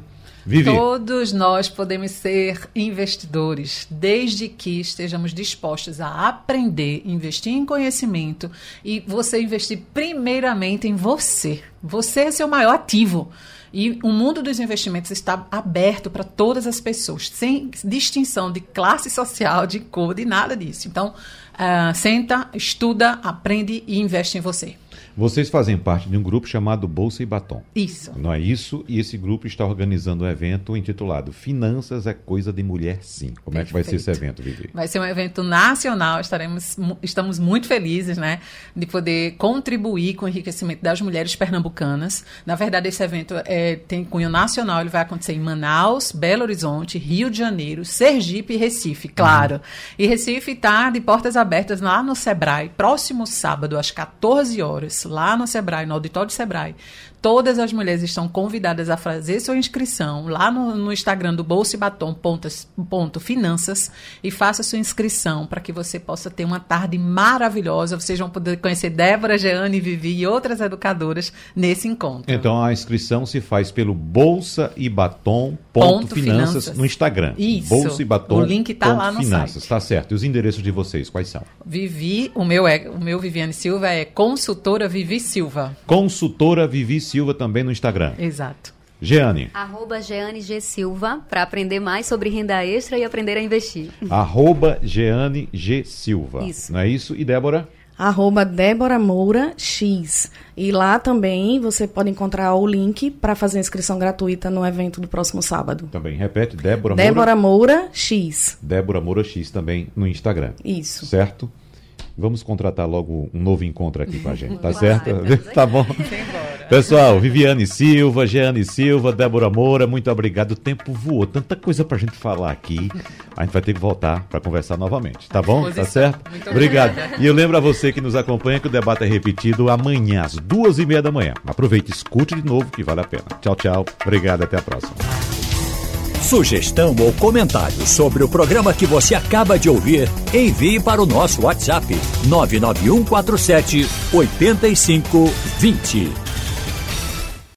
Vivi. Todos nós podemos ser investidores, desde que estejamos dispostos a aprender, investir em conhecimento e você investir primeiramente em você. Você é seu maior ativo. E o mundo dos investimentos está aberto para todas as pessoas, sem distinção de classe social, de cor, de nada disso. Então, uh, senta, estuda, aprende e investe em você. Vocês fazem parte de um grupo chamado Bolsa e Batom. Isso. Não é isso? E esse grupo está organizando um evento intitulado Finanças é Coisa de Mulher Sim. Como Perfeito. É que vai ser esse evento, Vivi? Vai ser um evento nacional. Estaremos, estamos muito felizes, né, de poder contribuir com o enriquecimento das mulheres pernambucanas. Na verdade, esse evento é, tem cunho nacional. Ele vai acontecer em Manaus, Belo Horizonte, Rio de Janeiro, Sergipe e Recife, claro. Uhum. E Recife está de portas abertas lá no Sebrae, próximo sábado, às quatorze horas. Lá no Sebrae, no auditório do Sebrae. Todas as mulheres estão convidadas a fazer sua inscrição lá no, no Instagram do Bolsa e Batom, ponto, ponto finanças, e faça sua inscrição para que você possa ter uma tarde maravilhosa. Vocês vão poder conhecer Débora, Jeane, Vivi e outras educadoras nesse encontro. Então a inscrição se faz pelo Bolsa e Batom, ponto finanças, finanças no Instagram. Isso. Bolsa e Batom, o link está lá no finanças. site. Tá certo. E os endereços de vocês, quais são? Vivi, o meu, é, o meu Viviane Silva é Consultora Vivi Silva. Consultora Vivi Silva. Silva também no Instagram. Exato. Jeane. Arroba Jeane G. Silva, para aprender mais sobre renda extra e aprender a investir. Arroba Jeane G. Silva. Isso. Não é isso? E Débora? Arroba Débora Moura X. E lá também você pode encontrar o link para fazer inscrição gratuita no evento do próximo sábado. Também repete, Débora Moura. Débora Moura X. Débora Moura X também no Instagram. Isso. Certo? Vamos contratar logo um novo encontro aqui com a gente, tá certo? Tá bom? Pessoal, Viviane Silva, Jeane Silva, Débora Moura, muito obrigado. O tempo voou, tanta coisa pra gente falar aqui. A gente vai ter que voltar para conversar novamente, tá bom? Tá certo? Muito obrigado. Obrigada. E eu lembro a você que nos acompanha que o debate é repetido amanhã, às duas e meia da manhã. Aproveite, escute de novo que vale a pena. Tchau, tchau. Obrigado, até a próxima. Sugestão ou comentário sobre o programa que você acaba de ouvir, envie para o nosso WhatsApp nove nove um quatro sete oito cinco dois zero.